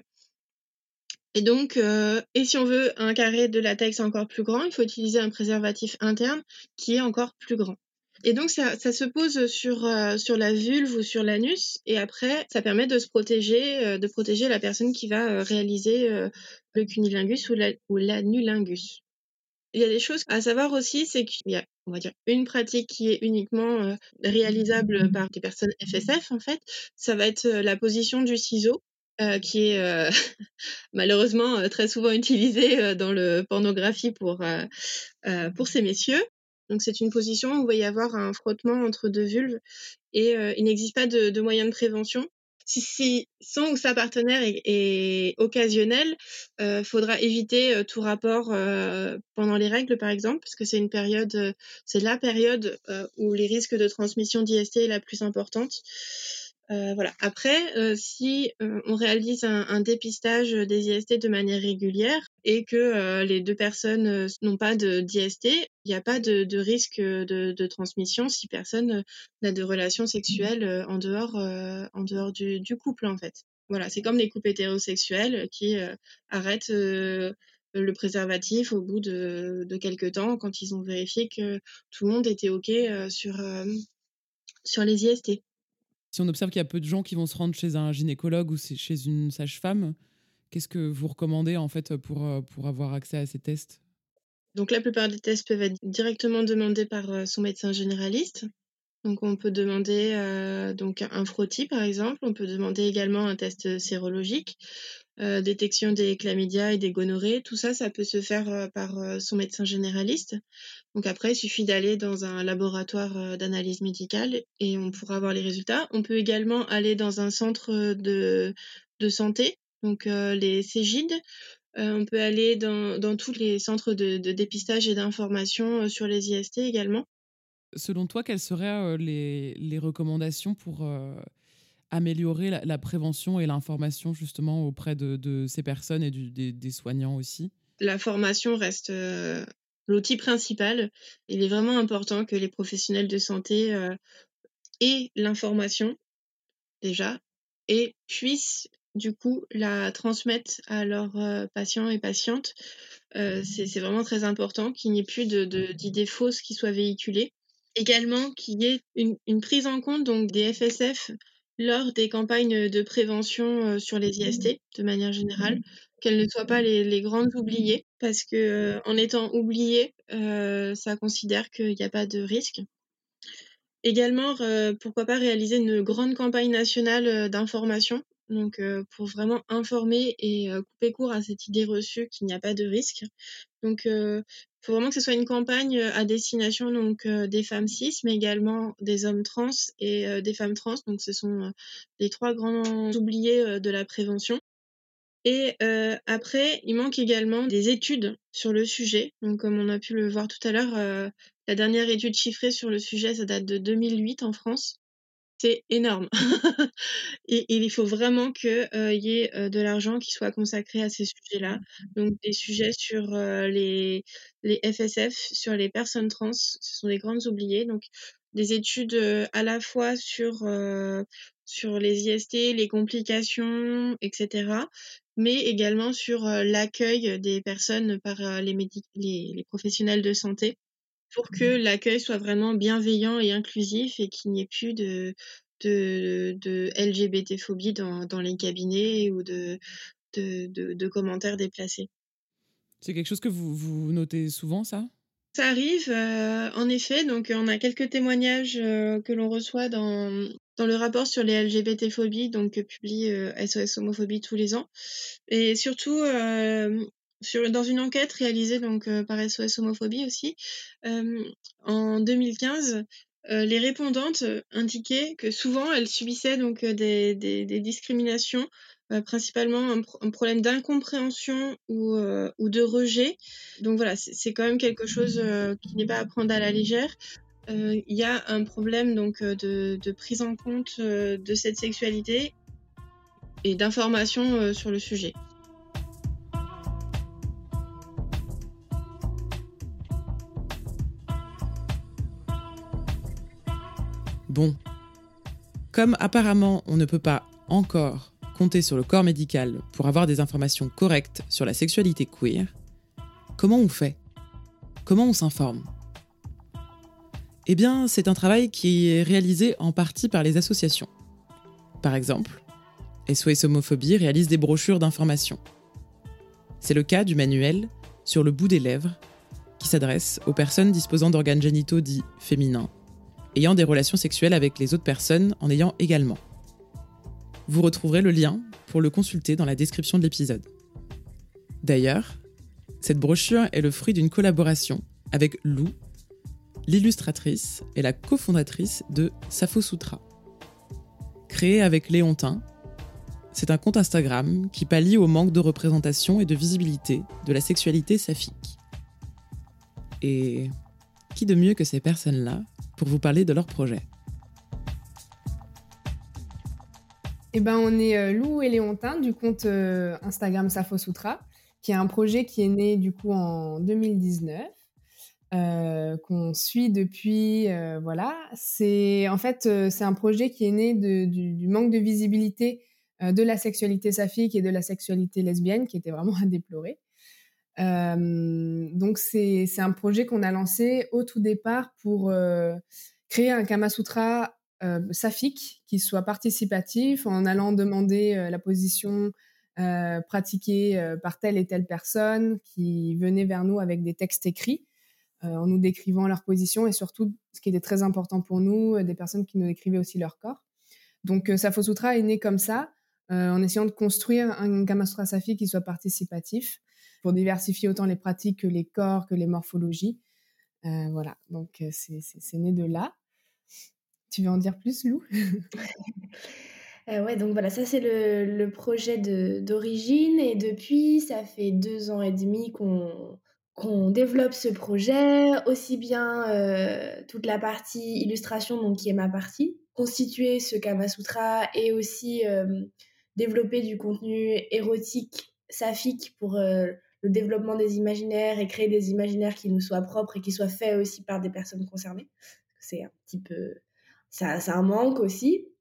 Et donc, euh, et si on veut un carré de latex encore plus grand, il faut utiliser un préservatif interne qui est encore plus grand. Et donc ça, ça se pose sur, euh, sur la vulve ou sur l'anus, et après ça permet de se protéger, euh, de protéger la personne qui va euh, réaliser euh, le cunilingus ou, la, ou l'anulingus. Il y a des choses à savoir aussi, c'est qu'il y a, on va dire, une pratique qui est uniquement euh, réalisable par des personnes F S F, en fait. Ça va être euh, la position du ciseau, euh, qui est euh, malheureusement euh, très souvent utilisée euh, dans le pornographie pour, euh, euh, pour ces messieurs. Donc c'est une position où il va y avoir un frottement entre deux vulves et euh, il n'existe pas de, de moyen de prévention. Si, si son ou sa partenaire est, est occasionnel, euh, faudra éviter euh, tout rapport euh, pendant les règles, par exemple, parce que c'est une période, euh, c'est la période euh, où les risques de transmission d'I S T est la plus importante. Euh, voilà. Après, euh, si euh, on réalise un, un dépistage des I S T de manière régulière et que euh, les deux personnes euh, n'ont pas de d'I S T, il n'y a pas de, de risque de, de transmission si personne euh, n'a de relations sexuelles euh, en dehors, euh, en dehors du, du couple, en fait. Voilà, c'est comme les couples hétérosexuels qui euh, arrêtent euh, le préservatif au bout de, de quelques temps quand ils ont vérifié que tout le monde était OK euh, sur, euh, sur les I S T. Si on observe qu'il y a peu de gens qui vont se rendre chez un gynécologue ou chez une sage-femme, qu'est-ce que vous recommandez en fait pour, pour avoir accès à ces tests ? Donc la plupart des tests peuvent être directement demandés par son médecin généraliste. Donc on peut demander euh, donc un frottis par exemple, on peut demander également un test sérologique, euh, détection des chlamydia et des gonorrhées, tout ça, ça peut se faire euh, par euh, son médecin généraliste. Donc après, il suffit d'aller dans un laboratoire euh, d'analyse médicale et on pourra avoir les résultats. On peut également aller dans un centre de, de santé, donc euh, les Cégides. Euh, on peut aller dans, dans tous les centres de, de dépistage et d'information euh, sur les I S T également. Selon toi, quelles seraient euh, les, les recommandations pour euh, améliorer la, la prévention et l'information justement auprès de, de ces personnes et du, des, des soignants aussi ? La formation reste euh, l'outil principal. Il est vraiment important que les professionnels de santé euh, aient l'information déjà et puissent du coup la transmettre à leurs euh, patients et patientes. Euh, c'est, c'est vraiment très important qu'il n'y ait plus de, de, d'idées fausses qui soient véhiculées. Également qu'il y ait une, une prise en compte donc, des F S F lors des campagnes de prévention euh, sur les I S T de manière générale, qu'elles ne soient pas les, les grandes oubliées, parce que euh, en étant oubliées, euh, ça considère qu'il n'y a pas de risque. Également, euh, pourquoi pas réaliser une grande campagne nationale euh, d'information, donc euh, pour vraiment informer et euh, couper court à cette idée reçue qu'il n'y a pas de risque. Donc, il euh, faut vraiment que ce soit une campagne à destination donc euh, des femmes cis, mais également des hommes trans et euh, des femmes trans. Donc, ce sont euh, les trois grands oubliés euh, de la prévention. Et euh, après, il manque également des études sur le sujet. Donc, comme on a pu le voir tout à l'heure, euh, la dernière étude chiffrée sur le sujet, ça date de deux mille huit en France. C'est énorme. et, et il faut vraiment qu'il euh, y ait euh, de l'argent qui soit consacré à ces sujets-là. Donc, des sujets sur euh, les, les F S F, sur les personnes trans, ce sont des grandes oubliées. Donc, des études euh, à la fois sur, euh, sur les I S T, les complications, et cetera, mais également sur euh, l'accueil des personnes par euh, les, médic- les, les professionnels de santé, pour que l'accueil soit vraiment bienveillant et inclusif et qu'il n'y ait plus de, de, de L G B T-phobie dans, dans les cabinets ou de, de, de, de commentaires déplacés. C'est quelque chose que vous, vous notez souvent, ça ? Ça arrive, euh, en effet. Donc, on a quelques témoignages euh, que l'on reçoit dans, dans le rapport sur les L G B T-phobies, donc que publie euh, S O S Homophobie tous les ans. Et surtout, euh, sur, dans une enquête réalisée donc, euh, par S O S Homophobie aussi, euh, en deux mille quinze, euh, les répondantes indiquaient que souvent elles subissaient donc, des, des, des discriminations, euh, principalement un, pro- un problème d'incompréhension ou, euh, ou de rejet. Donc voilà, c'est, c'est quand même quelque chose euh, qui n'est pas à prendre à la légère. Il euh, y a un problème donc, de, de prise en compte euh, de cette sexualité et d'information euh, sur le sujet. Bon. Comme apparemment on ne peut pas encore compter sur le corps médical pour avoir des informations correctes sur la sexualité queer, comment on fait ? Comment on s'informe ? Eh bien, c'est un travail qui est réalisé en partie par les associations. Par exemple, S O S Homophobie réalise des brochures d'information. C'est le cas du manuel « Sur le bout des lèvres » qui s'adresse aux personnes disposant d'organes génitaux dits féminins, ayant des relations sexuelles avec les autres personnes en ayant également. Vous retrouverez le lien pour le consulter dans la description de l'épisode. D'ailleurs, cette brochure est le fruit d'une collaboration avec Lou, l'illustratrice et la cofondatrice de Sapho Sutra. Créée avec Léontin, c'est un compte Instagram qui pallie au manque de représentation et de visibilité de la sexualité saphique. Et qui de mieux que ces personnes-là pour vous parler de leur projet ? Eh ben, on est euh, Lou et Léontin du compte euh, Instagram Sapho Sutra, qui est un projet qui est né du coup en deux mille dix-neuf, euh, qu'on suit depuis. Euh, voilà, c'est en fait euh, c'est un projet qui est né de, du, du manque de visibilité euh, de la sexualité saphique et de la sexualité lesbienne, qui était vraiment à déplorer. Euh, donc c'est c'est un projet qu'on a lancé au tout départ pour euh, créer un Kama Sutra Euh, saphique, qui soit participatif, en allant demander euh, la position euh, pratiquée euh, par telle et telle personne qui venait vers nous avec des textes écrits, euh, en nous décrivant leur position et surtout, ce qui était très important pour nous, euh, des personnes qui nous décrivaient aussi leur corps. Donc, euh, Sapho Sutra est né comme ça, euh, en essayant de construire un Kama Sutra saphique qui soit participatif, pour diversifier autant les pratiques que les corps, que les morphologies. Euh, voilà, donc euh, c'est, c'est, c'est né de là. Tu veux en dire plus, Lou ? euh, Ouais, donc voilà, ça c'est le, le projet de, d'origine et depuis, ça fait deux ans et demi qu'on, qu'on développe ce projet, aussi bien euh, toute la partie illustration, donc qui est ma partie, constituer ce Kama Sutra et aussi euh, développer du contenu érotique, saphique pour euh, le développement des imaginaires et créer des imaginaires qui nous soient propres et qui soient faits aussi par des personnes concernées. C'est un petit peu... Ça, ça un manque aussi.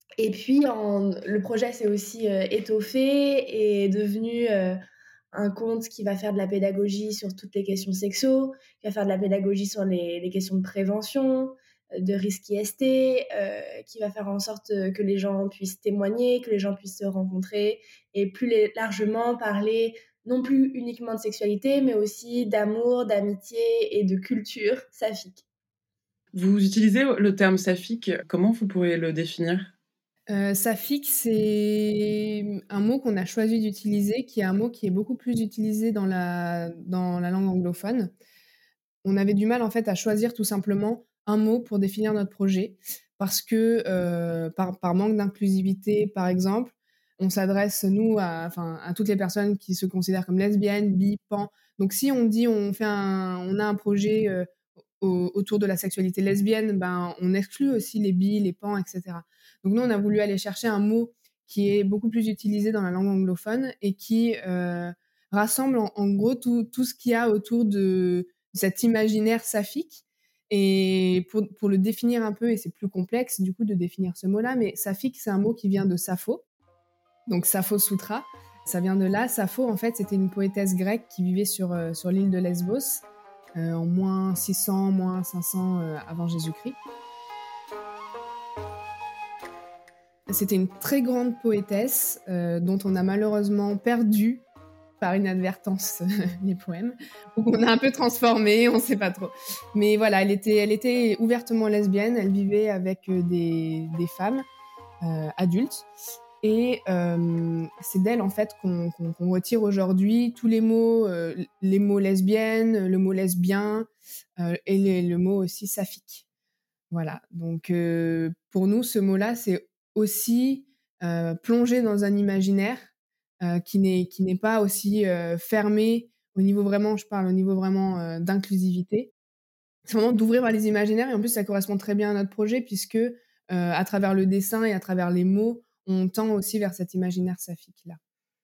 Et puis en le projet s'est aussi, heu, étoffé et est devenu, heu, un compte qui va faire de la pédagogie sur toutes les questions sexos, qui va faire de la pédagogie sur les les questions de prévention, heu, de risques I S T, heu, qui va faire en sorte, heu, que les gens puissent témoigner, que les gens puissent se rencontrer et plus les largement parler non plus uniquement de sexualité, mais aussi d'amour, d'amitié et de culture saphique. Vous utilisez le terme saphique, comment vous pourriez le définir? Heu, saphique, c'est mmh, un mot qu'on a choisi d'utiliser, qui est un mot qui est beaucoup plus utilisé dans la dans la langue anglophone. On avait du mal, en fait, à choisir tout simplement un mot pour définir notre projet parce que, heu, par par manque d'inclusivité, par exemple, on s'adresse, nous, à enfin, à toutes les personnes qui se considèrent comme lesbiennes, bi, pan. Donc si on dit on fait un on a un projet, heu, au autour de la sexualité lesbienne, ben, on exclut aussi les bi, les pans et cetera. Donc nous, on a voulu aller chercher un mot qui est beaucoup plus utilisé dans la langue anglophone et qui, heu, rassemble en en gros tout tout ce qu'il y a autour de cet imaginaire saphique. Et pour pour le définir un peu, et c'est plus complexe du coup de définir ce mot-là, mais saphique, c'est un mot qui vient de Sappho, donc Sappho Sutra. Ça vient de là. Sappho, en fait, c'était une poétesse grecque qui vivait sur, heu, sur l'île de Lesbos, heu, en moins six cents, moins cinq cents, heu, avant Jésus-Christ. C'était une très grande poétesse, heu, dont on a malheureusement perdu par inadvertance les poèmes, ou qu'on a un peu transformé, on sait pas trop. Mais voilà, elle était elle était ouvertement lesbienne, elle vivait avec, heu, des des femmes, heu, adultes. Et hem, c'est d'elle, en fait, qu'on qu'on qu'on retire aujourd'hui tous les mots, heu, les mots lesbienne, le mot lesbien, heu et les le mot aussi saphique. Voilà, donc heu, pour nous, ce mot-là, c'est aussi, heu, plonger dans un imaginaire, heu, qui n'est qui n'est pas aussi, heu, fermé au niveau vraiment je parle au niveau vraiment, heu, d'inclusivité. C'est vraiment d'ouvrir vers les imaginaires, et en plus, ça correspond très bien à notre projet puisque, heu, à travers le dessin et à travers les mots, on tend aussi vers cet imaginaire saphique-là.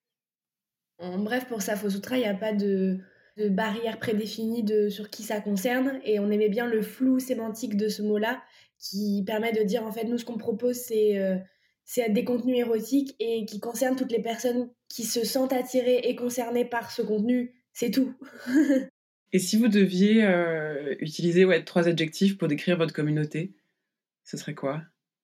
En bref, pour Sappho Sutra, il y a pas de de barrière prédéfinie de sur qui ça concerne et on aimait bien le flou sémantique de ce mot-là qui permet de dire, en fait, nous, ce qu'on propose, c'est, heu, c'est des contenus érotiques et qui concernent toutes les personnes qui se sentent attirées et concernées par ce contenu, c'est tout. Et si vous deviez, heu, utiliser, ouais, trois adjectifs pour décrire votre communauté, ce serait quoi?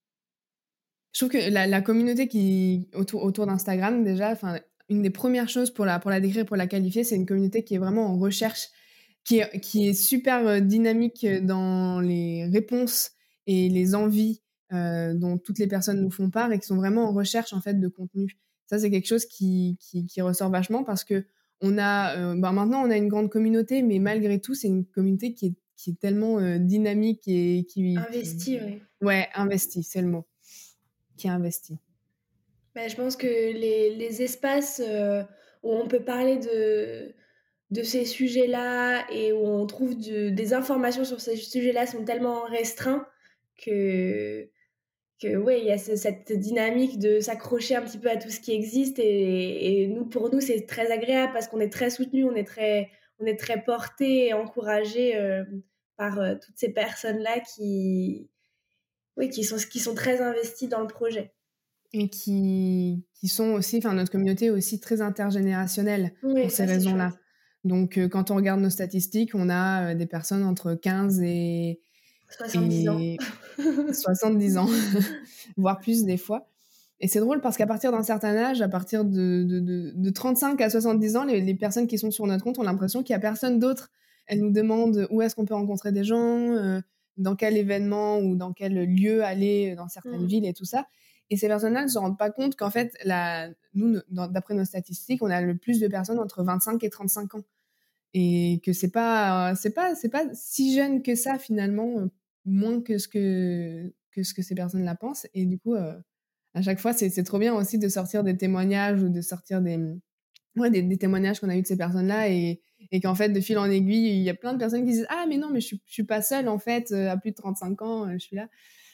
Je trouve que la la communauté qui autour autour d'Instagram déjà, enfin, une des premières choses pour la pour la décrire, pour la qualifier, c'est une communauté qui est vraiment en recherche, qui est qui est super, heu, dynamique, heu, dans les réponses et les envies, heu, dont toutes les personnes nous font part et qui sont vraiment en recherche, en fait, de contenu. Ça, c'est quelque chose qui qui qui ressort vachement parce qu'on a, heu, bah, maintenant on a une grande communauté, mais malgré tout, c'est une communauté qui est qui est tellement, heu, dynamique et qui qui Investi, oui. ouais, investie, c'est le mot. Qui a investi. Bah, je pense que les les espaces, heu, où on peut parler de de ces sujets-là et où on trouve de des informations sur ces sujets-là sont tellement restreints que que ouais, il y a ce cette dynamique de s'accrocher un petit peu à tout ce qui existe et et nous, pour nous, c'est très agréable parce qu'on est très soutenus, on est très on est très portés et encouragés, hem, par, heu, toutes ces personnes-là qui oui, qui sont qui sont très investies dans le projet. Et qui qui sont aussi enfin notre communauté est aussi très intergénérationnelle Oui, pour ces ça, c'est raisons-là. chouette. Donc heu, quand on regarde nos statistiques, on a, heu, des personnes entre quinze et soixante-dix ans. et soixante-dix ans, voire plus des fois. Et c'est drôle parce qu'à partir d'un certain âge, à partir de de de de trente-cinq à soixante-dix ans, les les personnes qui sont sur notre compte ont l'impression qu'il y a personne d'autre. Elles nous demandent où est-ce qu'on peut rencontrer des gens, heu, dans quel événement ou dans quel lieu aller dans certaines Mmh. villes et tout ça. Et ces personnes-là ne se rendent pas compte qu'en fait, la nous, ne dans d'après nos statistiques, on a le plus de personnes entre vingt-cinq et trente-cinq ans. Et que c'est pas, c'est pas c'est pas si jeune que ça finalement, heu, moins que ce que que ce que ces personnes-là pensent. Et du coup, heu, à chaque fois, c'est c'est trop bien aussi de sortir des témoignages ou de sortir des, mmh, ouais, des des témoignages qu'on a eu de ces personnes-là, et et qu'en fait, de fil en aiguille, il y a plein de personnes qui disent: «Ah mais non, mais je suis je suis pas seule en fait, heu, à plus de trente-cinq ans, heu, je suis là».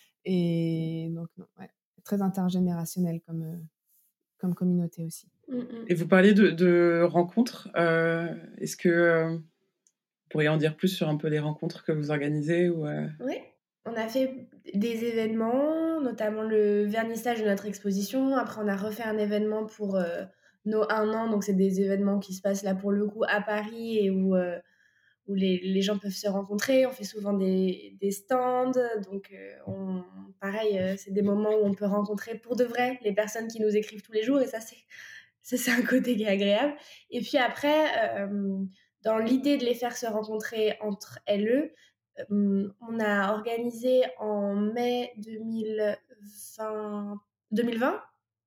Et donc non, ouais, très intergénérationnel comme, heu, comme communauté aussi. Mmh mh. Et vous parliez de de rencontres, heu, est-ce que, heu, vous pourriez en dire plus sur un peu les rencontres que vous organisez ou heu? Ouais, on a fait des événements, notamment le vernissage de notre exposition. Après, on a refait un événement pour euh, nos un an. Donc, c'est des événements qui se passent là pour le coup à Paris et où, euh, où les, les gens peuvent se rencontrer. On fait souvent des, des stands. Donc, euh, on, pareil, euh, c'est des moments où on peut rencontrer pour de vrai les personnes qui nous écrivent tous les jours. Et ça, c'est, ça, c'est un côté qui est agréable. Et puis après, euh, dans l'idée de les faire se rencontrer entre elles, euh, on a organisé en mai deux mille vingt, deux mille vingt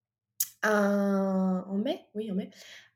un, en mai, oui, en mai,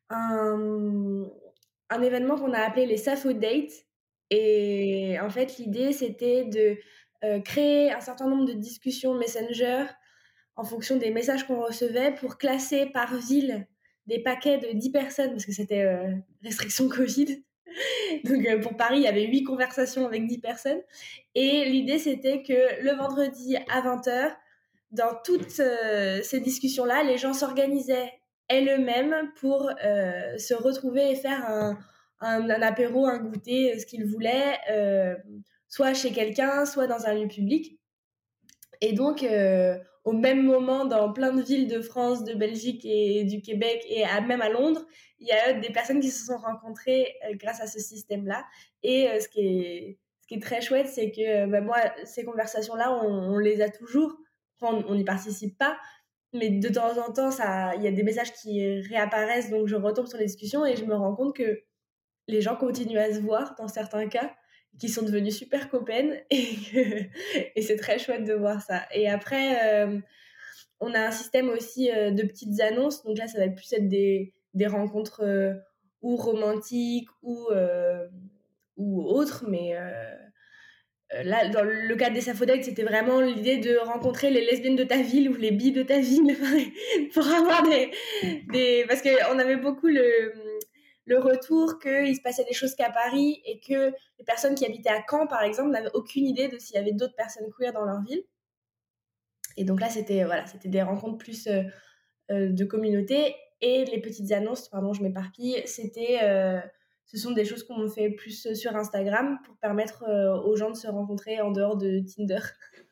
un, un événement qu'on a appelé les Sappho Dates. Et en fait, l'idée, c'était de euh, créer un certain nombre de discussions Messenger en fonction des messages qu'on recevait pour classer par ville des paquets de dix personnes, parce que c'était euh, restriction Covid. Donc euh, pour Paris, il y avait huit conversations avec dix personnes. Et l'idée, c'était que le vendredi à vingt heures, dans toutes euh, ces discussions-là, les gens s'organisaient elles-mêmes pour euh, se retrouver et faire un, un, un apéro, un goûter, ce qu'ils voulaient, euh, soit chez quelqu'un, soit dans un lieu public. Et donc, euh, au même moment, dans plein de villes de France, de Belgique et du Québec, et à, même à Londres, il y a des personnes qui se sont rencontrées euh, grâce à ce système-là. Et euh, ce, qui est, ce qui est très chouette, c'est que bah, moi, ces conversations-là, on, on les a toujours. Enfin, on n'y participe pas, mais de temps en temps, ça, il y a des messages qui réapparaissent, donc je retombe sur les discussions et je me rends compte que les gens continuent à se voir dans certains cas, qui sont devenus super copaines, et, que, et c'est très chouette de voir ça. Et après, euh, on a un système aussi euh, de petites annonces, donc là, ça va plus être des, des rencontres euh, ou romantiques ou, euh, ou autres, mais euh, là, dans le cadre des Sappho Dates, c'était vraiment l'idée de rencontrer les lesbiennes de ta ville ou les bi de ta ville pour avoir des, des... Parce qu'on avait beaucoup le le retour qu'il se passait des choses qu'à Paris et que les personnes qui habitaient à Caen, par exemple, n'avaient aucune idée de s'il y avait d'autres personnes queer dans leur ville. Et donc là, c'était, voilà, c'était des rencontres plus euh, euh, de communauté. Et les petites annonces, pardon, je m'éparpille, c'était, euh, ce sont des choses qu'on fait plus sur Instagram pour permettre euh, aux gens de se rencontrer en dehors de Tinder.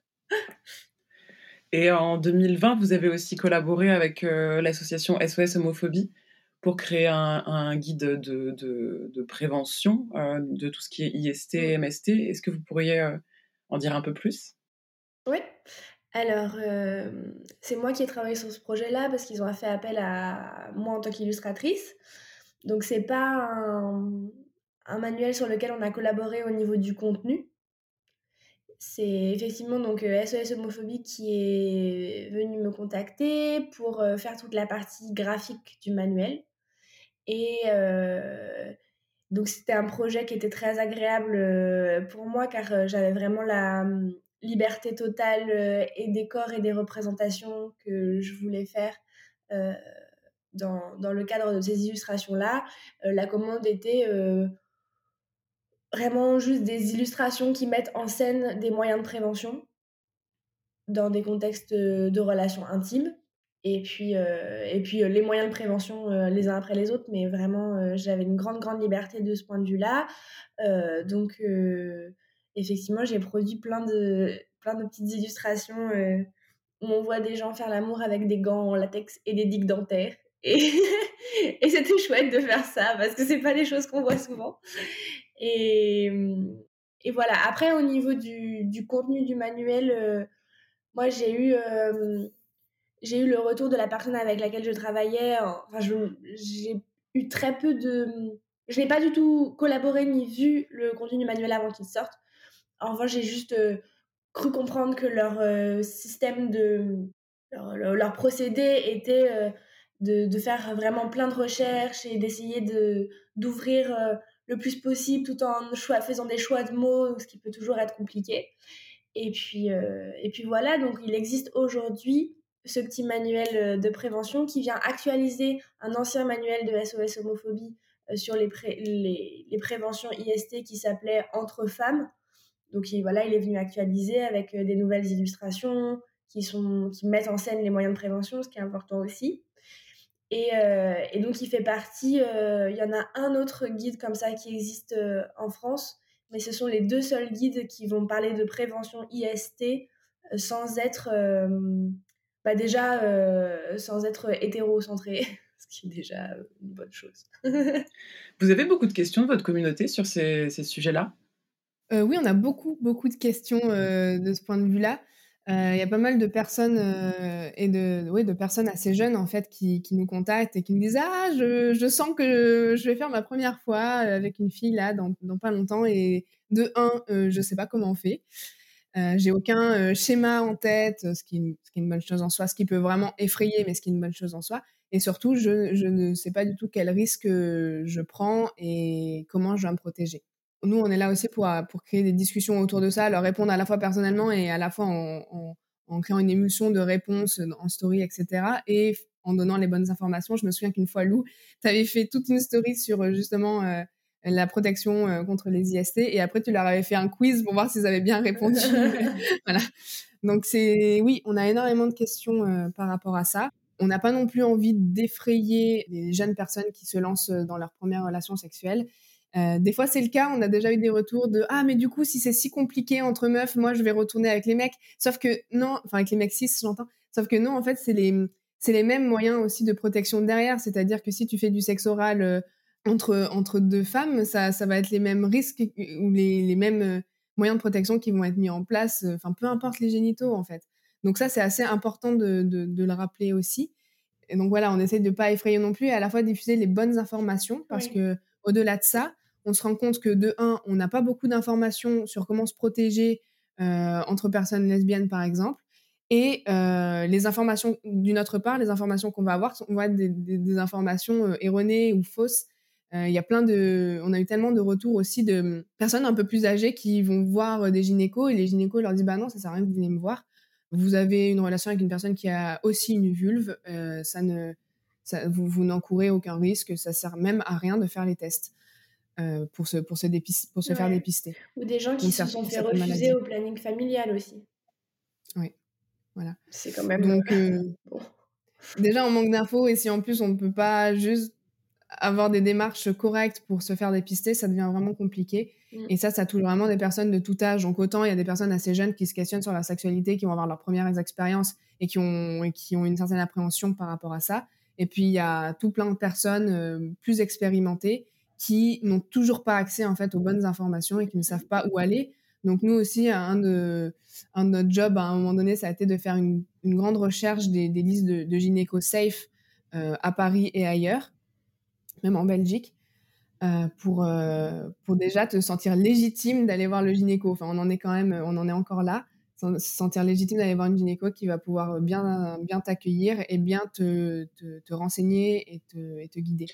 Et en deux mille vingt, vous avez aussi collaboré avec euh, l'association S O S Homophobie pour créer un, un guide de, de, de prévention euh, de tout ce qui est I S T, M S T. Est-ce que vous pourriez euh, en dire un peu plus ? Oui. Alors, euh, c'est moi qui ai travaillé sur ce projet-là parce qu'ils ont fait appel à moi en tant qu'illustratrice. Donc, c'est pas un, un manuel sur lequel on a collaboré au niveau du contenu. C'est effectivement donc euh, S O S Homophobie qui est venu me contacter pour euh, faire toute la partie graphique du manuel. Et euh, donc, c'était un projet qui était très agréable euh, pour moi car euh, j'avais vraiment la hum, liberté totale euh, et des corps et des représentations que je voulais faire euh, dans, dans le cadre de ces illustrations-là. Euh, la commande était euh, vraiment juste des illustrations qui mettent en scène des moyens de prévention dans des contextes de relations intimes. Et puis, euh, et puis euh, les moyens de prévention euh, les uns après les autres, mais vraiment, euh, j'avais une grande, grande liberté de ce point de vue-là. Euh, donc, euh, effectivement, j'ai produit plein de, plein de petites illustrations euh, où on voit des gens faire l'amour avec des gants en latex et des digues dentaires. Et, et c'était chouette de faire ça, parce que c'est pas des choses qu'on voit souvent. Et, et voilà. Après, au niveau du, du contenu du manuel, euh, moi, j'ai eu... Euh, j'ai eu le retour de la personne avec laquelle je travaillais. Enfin, je, j'ai eu très peu de... Je n'ai pas du tout collaboré ni vu le contenu du manuel avant qu'il sorte. En revanche, j'ai juste euh, cru comprendre que leur euh, système de... Leur, leur, leur procédé était euh, de, de faire vraiment plein de recherches et d'essayer de, d'ouvrir euh, le plus possible tout en choix, faisant des choix de mots, ce qui peut toujours être compliqué. Et puis, euh, et puis voilà, donc il existe aujourd'hui ce petit manuel de prévention qui vient actualiser un ancien manuel de S O S Homophobie euh, sur les, pré- les, les préventions I S T qui s'appelait Entre femmes. Donc il, voilà, il est venu actualiser avec euh, des nouvelles illustrations qui, sont, qui mettent en scène les moyens de prévention, ce qui est important aussi. Et, euh, et donc il fait partie, euh, il y en a un autre guide comme ça qui existe euh, en France, mais ce sont les deux seuls guides qui vont parler de prévention I S T sans être euh, bah déjà euh, sans être hétérocentré, ce qui est déjà une bonne chose. Vous avez beaucoup de questions de votre communauté sur ces, ces sujets-là? Euh, oui, on a beaucoup, beaucoup de questions euh, de ce point de vue-là. Euh, Il y a pas mal de personnes euh, et de, oui, de personnes assez jeunes en fait qui, qui nous contactent et qui nous disent ah je, je sens que je vais faire ma première fois avec une fille là dans, dans pas longtemps et de un euh, je sais pas comment on fait. Euh, j'ai aucun euh, schéma en tête, ce qui, est une, ce qui est une bonne chose en soi, ce qui peut vraiment effrayer, mais ce qui est une bonne chose en soi. Et surtout, je, je ne sais pas du tout quel risque euh, je prends et comment je vais me protéger. Nous, on est là aussi pour, euh, pour créer des discussions autour de ça, leur répondre à la fois personnellement et à la fois en, en, en créant une émulsion de réponses en story, et cetera. Et en donnant les bonnes informations. Je me souviens qu'une fois, Lou, tu avais fait toute une story sur justement euh, la protection euh, contre les I S T et après, tu leur avais fait un quiz pour voir s'ils avaient bien répondu. Voilà. Donc, c'est oui, on a énormément de questions euh, par rapport à ça. On n'a pas non plus envie d'effrayer les jeunes personnes qui se lancent dans leur première relation sexuelle. Euh, des fois, c'est le cas. On a déjà eu des retours de ah, mais du coup, si c'est si compliqué entre meufs, moi, je vais retourner avec les mecs. Sauf que non, enfin avec les mecs cis, j'entends. Sauf que non, en fait, c'est les c'est les mêmes moyens aussi de protection derrière. C'est-à-dire que si tu fais du sexe oral euh, entre entre deux femmes, ça ça va être les mêmes risques ou les les mêmes euh, moyens de protection qui vont être mis en place. Enfin, peu importe les génitaux, en fait. Donc ça, c'est assez important de de, de le rappeler aussi. Et donc voilà, on essaie de pas effrayer non plus et à la fois diffuser les bonnes informations parce Oui. que au-delà de ça, on se rend compte que de un, on n'a pas beaucoup d'informations sur comment se protéger euh, entre personnes lesbiennes par exemple, et euh, les informations d'une autre part, les informations qu'on va avoir vont être des, des, des informations euh, erronées ou fausses. Il euh, y a plein de, on a eu tellement de retours aussi de personnes un peu plus âgées qui vont voir des gynécos et les gynécos leur disent bah non, ça sert à rien que vous venez me voir. Vous avez une relation avec une personne qui a aussi une vulve, euh, ça ne, ça, vous, vous n'encourez aucun risque, ça sert même à rien de faire les tests euh, pour se, pour se, dépis- pour se Ouais. faire dépister. Ou des gens qui Ou se cer- sont fait certaines refuser maladies. au planning familial aussi. Oui, voilà. C'est quand même Donc, euh, bon. déjà, on manque d'infos et si en plus on ne peut pas juste avoir des démarches correctes pour se faire dépister, ça devient vraiment compliqué. Mm. Et ça, ça touche vraiment des personnes de tout âge. Donc autant il y a des personnes assez jeunes qui se questionnent sur leur sexualité, qui vont avoir leurs premières expériences et qui ont, et qui ont une certaine appréhension par rapport à ça. Et puis il y a tout plein de personnes euh, plus expérimentées qui n'ont toujours pas accès en fait aux bonnes informations et qui ne savent pas où aller. Donc nous aussi, un de, un de notre job à un moment donné, ça a été de faire une, une grande recherche des, des listes de, de gynéco safe euh, à Paris et ailleurs, même en Belgique, euh, pour, euh, pour déjà te sentir légitime d'aller voir le gynéco. Enfin, on en est quand même, on en est encore là, se sentir légitime d'aller voir une gynéco qui va pouvoir bien, bien t'accueillir et bien te, te, te renseigner et te, et te guider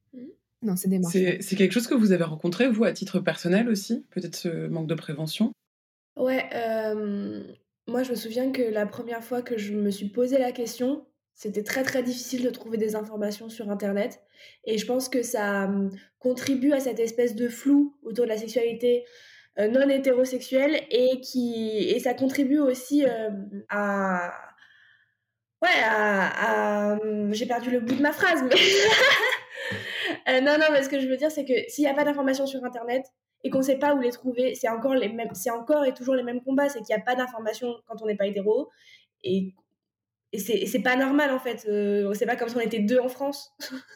dans ces démarches. C'est, c'est quelque chose que vous avez rencontré, vous, à titre personnel aussi? Peut-être ce manque de prévention? Ouais, euh, moi je me souviens que la première fois que je me suis posé la question, c'était très très difficile de trouver des informations sur Internet. Et je pense que ça hum, contribue à cette espèce de flou autour de la sexualité euh, non hétérosexuelle et, qui, et ça contribue aussi euh, à... Ouais, à... à hum, j'ai perdu le bout de ma phrase, mais... Euh, non, non, mais ce que je veux dire, c'est que s'il n'y a pas d'informations sur Internet et qu'on ne sait pas où les trouver, c'est encore, les mêmes, c'est encore et toujours les mêmes combats. C'est qu'il n'y a pas d'informations quand on n'est pas hétéro. Et, et, c'est, et c'est pas normal, en fait. Euh, c'est pas comme si on était deux en France.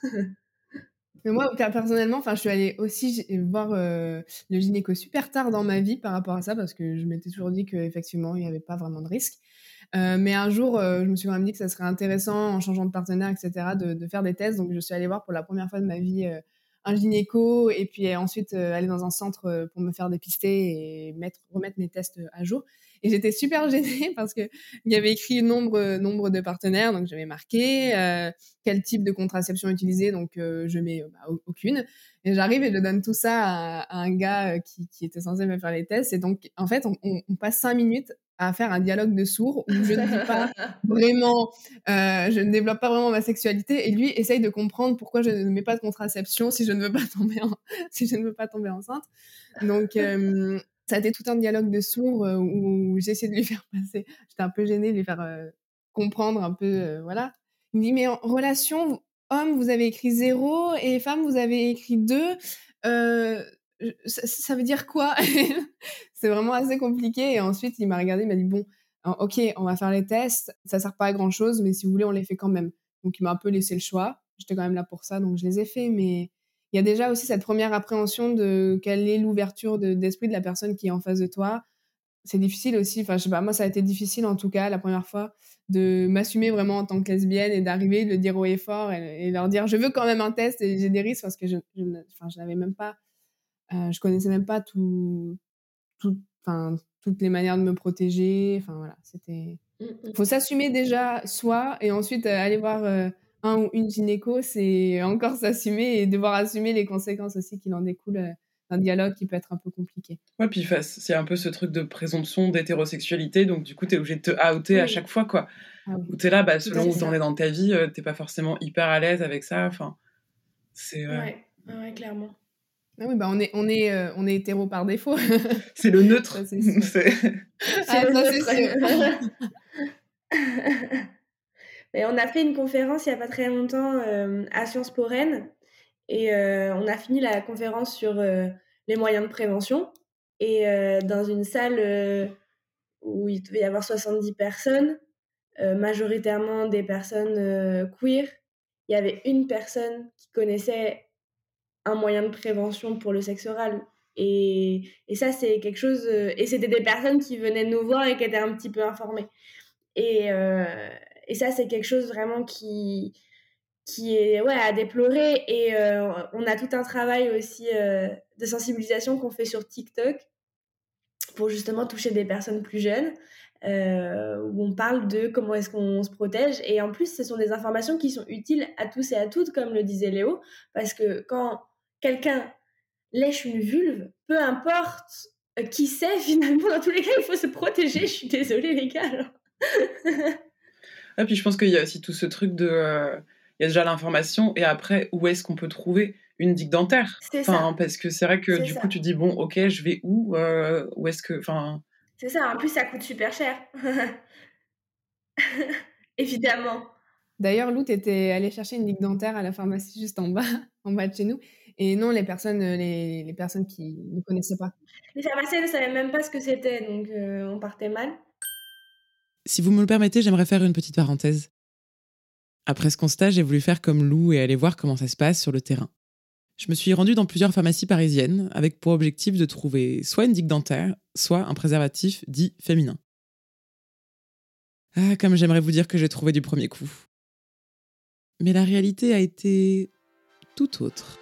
Mais moi, personnellement, enfin, je suis allée aussi voir euh, le gynéco super tard dans ma vie par rapport à ça, parce que je m'étais toujours dit qu'effectivement, il n'y avait pas vraiment de risque. Euh, mais un jour, euh, je me suis quand même dit que ça serait intéressant, en changeant de partenaire, et cetera, de, de faire des tests. Donc, je suis allée voir pour la première fois de ma vie euh, un gynéco, et puis euh, ensuite euh, aller dans un centre euh, pour me faire dépister et mettre, remettre mes tests à jour. Et j'étais super gênée parce que il y avait écrit nombre, nombre de partenaires, donc j'avais marqué euh, quel type de contraception utiliser, donc euh, je mets bah, aucune. Et j'arrive et je donne tout ça à, à un gars qui, qui était censé me faire les tests. Et donc, en fait, on, on, on passe cinq minutes à faire un dialogue de sourds où je ne dis pas vraiment, euh, je ne développe pas vraiment ma sexualité et lui essaye de comprendre pourquoi je ne mets pas de contraception si je ne veux pas tomber, en, si je ne veux pas tomber enceinte. Donc, euh, ça a été tout un dialogue de sourds euh, où j'ai essayé de lui faire passer, j'étais un peu gênée de lui faire euh, comprendre un peu, euh, voilà. Il me dit, mais en relation, homme, vous avez écrit zéro et femme, vous avez écrit deux. Euh, ça, ça veut dire quoi? C'est vraiment assez compliqué. Et ensuite, il m'a regardé, il m'a dit, bon, Alors, ok, on va faire les tests, ça sert pas à grand chose, mais si vous voulez, on les fait quand même. Donc il m'a un peu laissé le choix. J'étais quand même là pour ça, donc je les ai faits. Mais il y a déjà aussi cette première appréhension de quelle est l'ouverture de, d'esprit de la personne qui est en face de toi. C'est difficile aussi, enfin je sais pas, moi ça a été difficile en tout cas la première fois de m'assumer vraiment en tant que lesbienne et d'arriver, de le dire haut et fort et, et leur dire je veux quand même un test et j'ai des risques parce que je, je, enfin, je n'avais même pas, euh, je connaissais même pas tout, tout, enfin, toutes les manières de me protéger, enfin voilà, c'était... Faut s'assumer déjà soi et ensuite euh, aller voir euh, un ou une gynéco, c'est encore s'assumer et devoir assumer les conséquences aussi qu'il en découle euh, d'un dialogue qui peut être un peu compliqué. Ouais, puis c'est un peu ce truc de présomption d'hétérosexualité, donc du coup t'es obligé de te outer oui. à chaque fois, quoi. Ah oui. Où t'es là, bah, selon où t'en es dans ta vie, euh, t'es pas forcément hyper à l'aise avec ça, enfin... C'est... Euh... Ouais, ouais, clairement. Ah oui, bah on est, on est, euh, on est hétéro par défaut. C'est le neutre. Ça, c'est sûr. c'est... C'est ah, le ça, neutre. C'est sûr. Et on a fait une conférence il n'y a pas très longtemps euh, à Sciences Po Rennes. Et euh, on a fini la conférence sur euh, les moyens de prévention. Et euh, dans une salle euh, où il devait y avoir soixante-dix personnes, euh, majoritairement des personnes euh, queer, il y avait une personne qui connaissait un moyen de prévention pour le sexe oral. Et, et ça, c'est quelque chose... Euh, et c'était des personnes qui venaient nous voir et qui étaient un petit peu informées. Et, euh, et ça, c'est quelque chose vraiment qui... qui est ouais, à déplorer. Et euh, on a tout un travail aussi euh, de sensibilisation qu'on fait sur TikTok pour justement toucher des personnes plus jeunes, euh, où on parle de comment est-ce qu'on se protège. Et en plus, ce sont des informations qui sont utiles à tous et à toutes, comme le disait Léo, parce que quand quelqu'un lèche une vulve, peu importe qui c'est, finalement, dans tous les cas, il faut se protéger. Je suis désolée, les gars. Ah, puis je pense qu'il y a aussi tout ce truc de... Euh... Il y a déjà l'information, et après, où est-ce qu'on peut trouver une digue dentaire ? C'est enfin, ça. Parce que c'est vrai que c'est du ça. coup, tu dis, bon, ok, je vais où euh, Où est-ce que... Enfin... C'est ça, en plus, ça coûte super cher. Évidemment. D'ailleurs, Lou, t'étais allée chercher une digue dentaire à la pharmacie juste en bas, en bas de chez nous. Et non, les personnes, les, les personnes qui ne connaissaient pas. Les pharmaciens ne savaient même pas ce que c'était, donc euh, on partait mal. Si vous me le permettez, j'aimerais faire une petite parenthèse. Après ce constat, j'ai voulu faire comme Lou et aller voir comment ça se passe sur le terrain. Je me suis rendue dans plusieurs pharmacies parisiennes avec pour objectif de trouver soit une digue dentaire, soit un préservatif dit féminin. Ah, comme j'aimerais vous dire que j'ai trouvé du premier coup. Mais la réalité a été tout autre.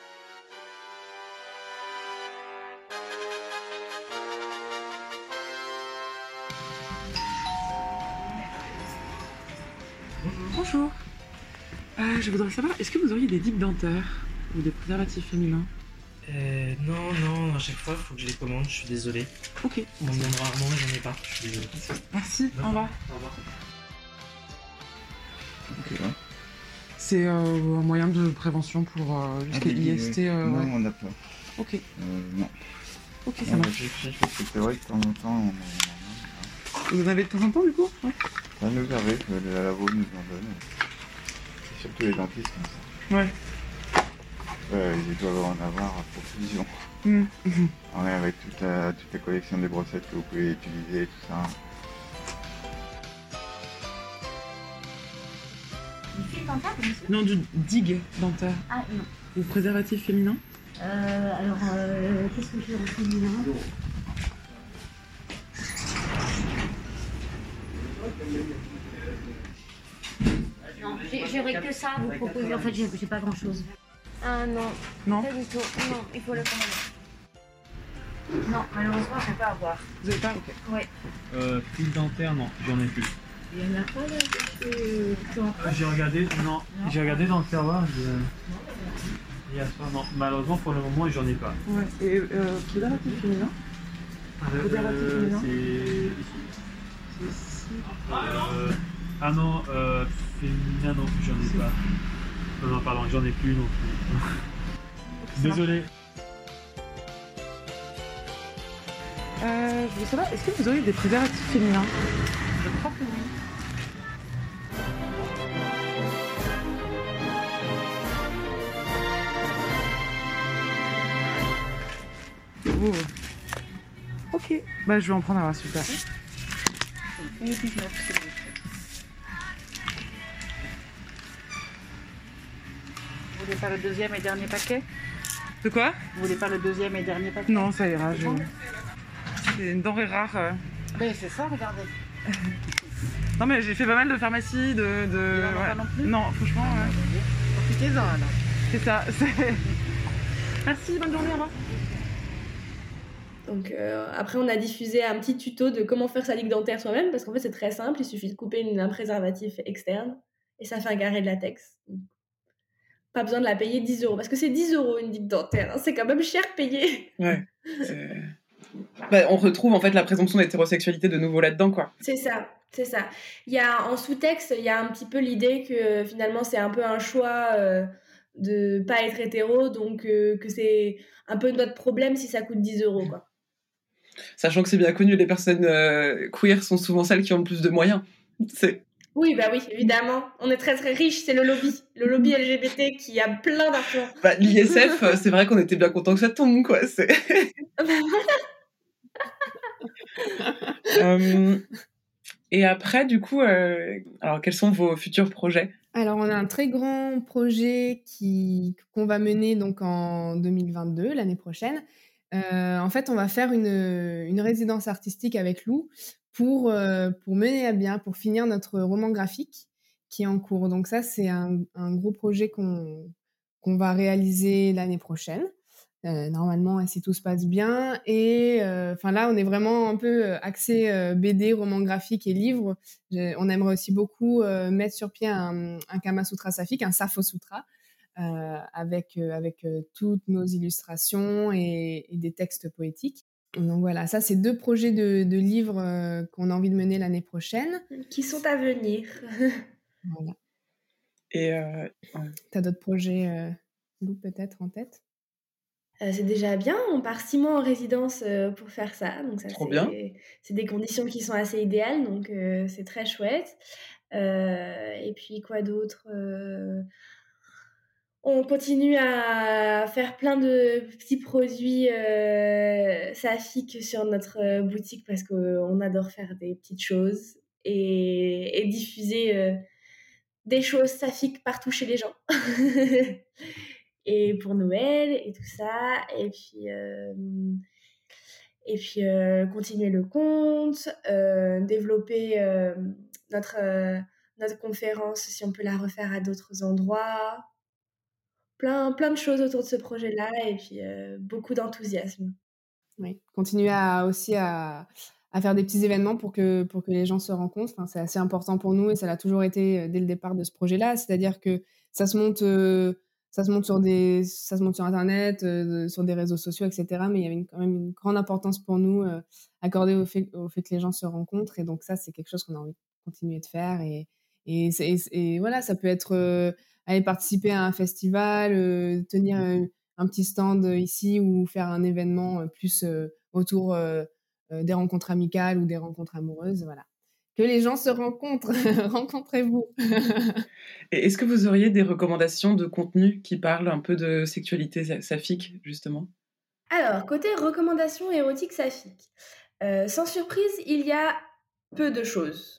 Bonjour. Euh, je voudrais savoir, est-ce que vous auriez des digues dentaires ou des préservatifs féminins ? Euh, non, non, à chaque fois, il faut que je les commande, je suis désolé. Ok. On m'en demande rarement et j'en ai pas, je suis désolé. Merci, au revoir. Au revoir. Ok, ouais. C'est euh, un moyen de prévention pour euh, ah, les I S T euh, Non, ouais. on n'a pas. Ok. Euh, non. Ok, ça non, marche. J'ai fait, parce que c'est vrai que de temps en temps, on en a. Vous en avez de temps en temps, du coup ? Ouais. Ça nous arrive, la labo nous en donne. C'est surtout les dentistes comme ça. Ouais. Euh, ils doivent en avoir à profusion. Mmh. Ouais, avec toute la, toute la collection des brossettes que vous pouvez utiliser et tout ça. Une file dentaire, monsieur ? Non, du digue dentaire. Ah non. Ou préservatif féminin ? Euh, alors, euh, qu'est-ce que j'ai retenu là ? Non, j'aurais que ça à vous proposer. En fait, j'ai, j'ai pas grand-chose. Ah non. Non ? Pas du tout. Non, il faut le commander. Non, malheureusement, je vais pas avoir. Vous avez pas ? Ok. Ouais. Euh, fil dentaire, non, j'en ai plus. Il y en a pas là que tu en Euh, J'ai regardé, non, Non. j'ai regardé dans le serveur, je... il y a ça, non, malheureusement pour le moment, j'en ai pas. Ouais. Et euh, préservatif féminin ? Préservatif féminin ? c'est ici. C'est ici. Euh, ah non, euh, féminin non plus, j'en ai pas. Non, non, pardon, j'en ai plus non plus. Désolé. Euh, je voulais savoir, est-ce que vous auriez des préservatifs féminins ? Je crois que oui. Oh. Ok, bah je vais en prendre un, super. Et dix-neuf, c'est bon. Vous voulez pas le deuxième et dernier paquet? De quoi? Vous voulez pas le deuxième et dernier paquet? Non, ça ira. Je... C'est une denrée rare. euh. Ben c'est ça, regardez. Non mais j'ai fait pas mal de pharmacie, de... de... Il en a ouais. pas non plus? Non, franchement... ouais. Profitez-en alors. C'est ça, c'est... Merci, bonne journée, au revoir. Donc euh, après, on a diffusé un petit tuto de comment faire sa ligue dentaire soi-même, parce qu'en fait, c'est très simple, il suffit de couper une, un préservatif externe, et ça fait un carré de latex. Donc, pas besoin de la payer dix euros, parce que c'est dix euros une ligue dentaire, hein, c'est quand même cher payé. Ouais, c'est... Bah, on retrouve en fait la présomption d'hétérosexualité de nouveau là-dedans, quoi. C'est ça, c'est ça. Il y a, en sous-texte, il y a un petit peu l'idée que finalement, c'est un peu un choix euh, de pas être hétéro, donc euh, que c'est un peu notre problème si ça coûte dix euros, quoi. Sachant que c'est bien connu, les personnes euh, queer sont souvent celles qui ont le plus de moyens. C'est... Oui, bah oui, évidemment. On est très très riche, c'est le lobby. Le lobby L G B T qui a plein d'argent. Bah, l'I S F, c'est vrai qu'on était bien content que ça tombe, quoi. C'est... euh, et après, du coup, euh, alors quels sont vos futurs projets? Alors, on a un très grand projet qui, qu'on va mener donc en deux mille vingt-deux, l'année prochaine. Euh, en fait, on va faire une, une résidence artistique avec Lou pour, euh, pour mener à bien, pour finir notre roman graphique qui est en cours. Donc ça, c'est un, un gros projet qu'on, qu'on va réaliser l'année prochaine. Euh, normalement, si tout se passe bien. Et enfin euh, là, on est vraiment un peu axé euh, B D, roman graphique et livre. Je, on aimerait aussi beaucoup euh, mettre sur pied un, un Kama Sutra saphique, un Sapho Sutra, euh, avec, euh, avec euh, toutes nos illustrations et, et des textes poétiques. Donc voilà, ça, c'est deux projets de, de livres euh, qu'on a envie de mener l'année prochaine. Qui sont à venir. Voilà. Et euh, ouais. T'as d'autres projets, euh, Lou, peut-être, en tête? Euh, c'est déjà bien, on part six mois en résidence euh, pour faire ça, donc ça Trop c'est, bien. c'est des conditions qui sont assez idéales, donc euh, c'est très chouette. Euh, et puis quoi d'autre euh, on continue à faire plein de petits produits euh, saphiques sur notre euh, boutique parce qu'on adore faire des petites choses et, et diffuser euh, des choses saphiques partout chez les gens. Et pour Noël et tout ça, et puis euh, et puis euh, continuer le compte, euh, développer euh, notre euh, notre conférence si on peut la refaire à d'autres endroits, plein plein de choses autour de ce projet-là et puis euh, beaucoup d'enthousiasme. Oui, continuer à aussi à à faire des petits événements pour que pour que les gens se rencontrent. Enfin, c'est assez important pour nous et ça l'a toujours été dès le départ de ce projet-là. C'est-à-dire que ça se monte euh, ça se monte sur des ça se monte sur internet, euh, sur des réseaux sociaux, et cetera. Mais il y avait une, quand même une grande importance pour nous euh, accordée au fait au fait que les gens se rencontrent et donc ça c'est quelque chose qu'on a envie de continuer de faire et et, et, et voilà, ça peut être euh, aller participer à un festival, euh, tenir euh, un petit stand ici ou faire un événement plus euh, autour euh, euh, des rencontres amicales ou des rencontres amoureuses, voilà. Que les gens se rencontrent, rencontrez-vous. Et est-ce que vous auriez des recommandations de contenu qui parlent un peu de sexualité saphique, justement? Alors, côté recommandations érotiques saphiques, euh, sans surprise, il y a peu de choses.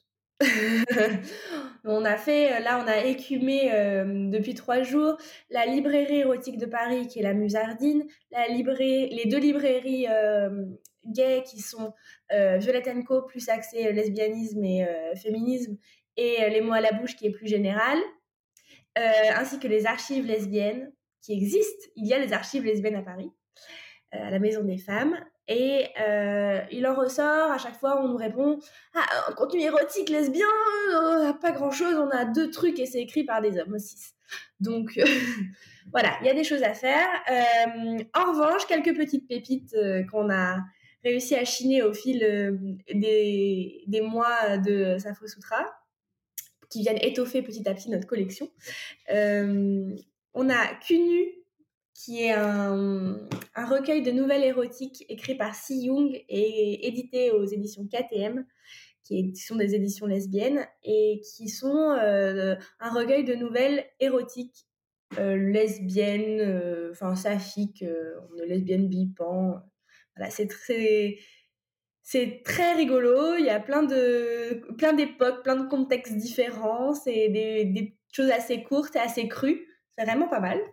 On a fait, là, on a écumé euh, depuis trois jours la librairie érotique de Paris, qui est la Musardine, la librairie, les deux librairies euh, gays qui sont euh, Violette and Co, plus axé lesbianisme et euh, féminisme, et euh, Les mots à la bouche, qui est plus général, euh, ainsi que les archives lesbiennes qui existent. Il y a les archives lesbiennes à Paris, euh, à la Maison des Femmes. Et euh, il en ressort, à chaque fois on nous répond « Ah, un contenu érotique lesbien, euh, pas grand-chose, on a deux trucs et c'est écrit par des hommes aussi. » Donc euh, voilà, il y a des choses à faire. Euh, en revanche, quelques petites pépites euh, qu'on a réussi à chiner au fil euh, des, des mois de Sapho Sutra, qui viennent étoffer petit à petit notre collection. Euh, on a Kunu, qui est un, un recueil de nouvelles érotiques écrit par Si Young et édité aux éditions K T M, qui, est, qui sont des éditions lesbiennes, et qui sont euh, un recueil de nouvelles érotiques euh, lesbiennes, enfin euh, saphiques, euh, lesbiennes, bi, pan. Voilà, c'est très... c'est très rigolo, il y a plein de plein d'époques, plein de contextes différents, c'est des, des choses assez courtes et assez crues, c'est vraiment pas mal.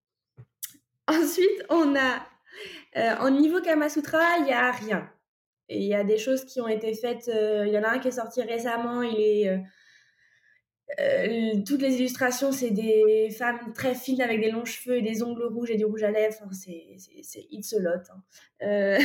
Ensuite, on a euh, en niveau Kama Sutra, il y a rien. Et il y a des choses qui ont été faites, euh, il y en a un qui est sorti récemment, il est euh, euh, toutes les illustrations, c'est des femmes très fines avec des longs cheveux et des ongles rouges et du rouge à lèvres, enfin, c'est c'est c'est it's a lot. Hein. Euh...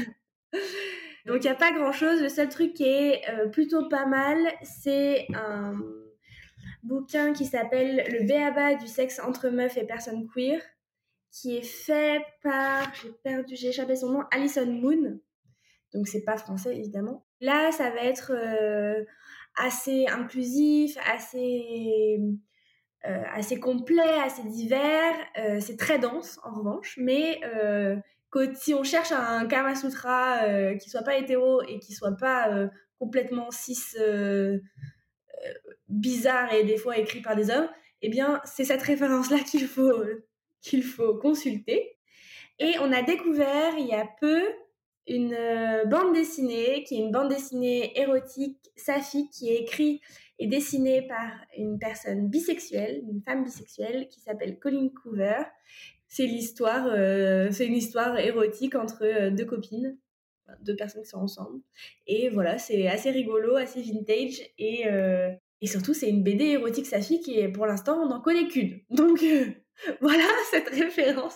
Donc il n'y a pas grand chose. Le seul truc qui est euh, plutôt pas mal, c'est un bouquin qui s'appelle Le B.A.B.A. du sexe entre meufs et personnes queer, qui est fait par, j'ai perdu, j'ai échappé son nom, Alison Moon. Donc c'est pas français évidemment. Là, ça va être euh, assez inclusif, assez euh, assez complet, assez divers. Euh, c'est très dense en revanche, mais euh, quand, si on cherche un Kama Sutra euh, qui soit pas hétéro et qui soit pas euh, complètement cis, euh, euh, bizarre et des fois écrit par des hommes, eh bien c'est cette référence-là qu'il faut euh, qu'il faut consulter. Et on a découvert il y a peu une euh, bande dessinée qui est une bande dessinée érotique saphique qui est écrite et dessinée par une personne bisexuelle, une femme bisexuelle qui s'appelle Colleen Coover. C'est l'histoire, euh, c'est une histoire érotique entre euh, deux copines, enfin, deux personnes qui sont ensemble. Et voilà, c'est assez rigolo, assez vintage et euh, et surtout c'est une B D érotique saphique et pour l'instant on n'en connaît qu'une. Donc euh, voilà cette référence.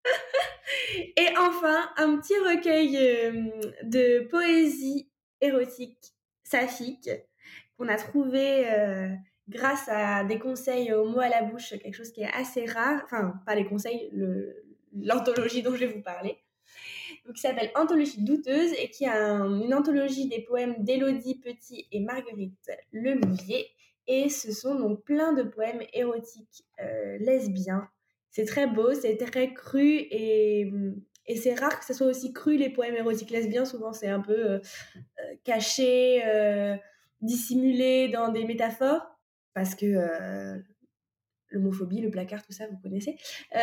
Et enfin, un petit recueil euh, de poésie érotique saphique qu'on a trouvé euh, grâce à des conseils au mot à la bouche, quelque chose qui est assez rare. Enfin, pas les conseils, le, l'anthologie dont je vais vous parler. Donc, qui s'appelle Anthologie douteuse et qui a un, une anthologie des poèmes d'Élodie Petit et Marguerite Lemouvier. Et ce sont donc plein de poèmes érotiques euh, lesbiens. C'est très beau, c'est très cru et, et c'est rare que ce soit aussi cru les poèmes érotiques lesbiens. Souvent, c'est un peu euh, euh, caché, euh, dissimulé dans des métaphores parce que euh, l'homophobie, le placard, tout ça, vous connaissez.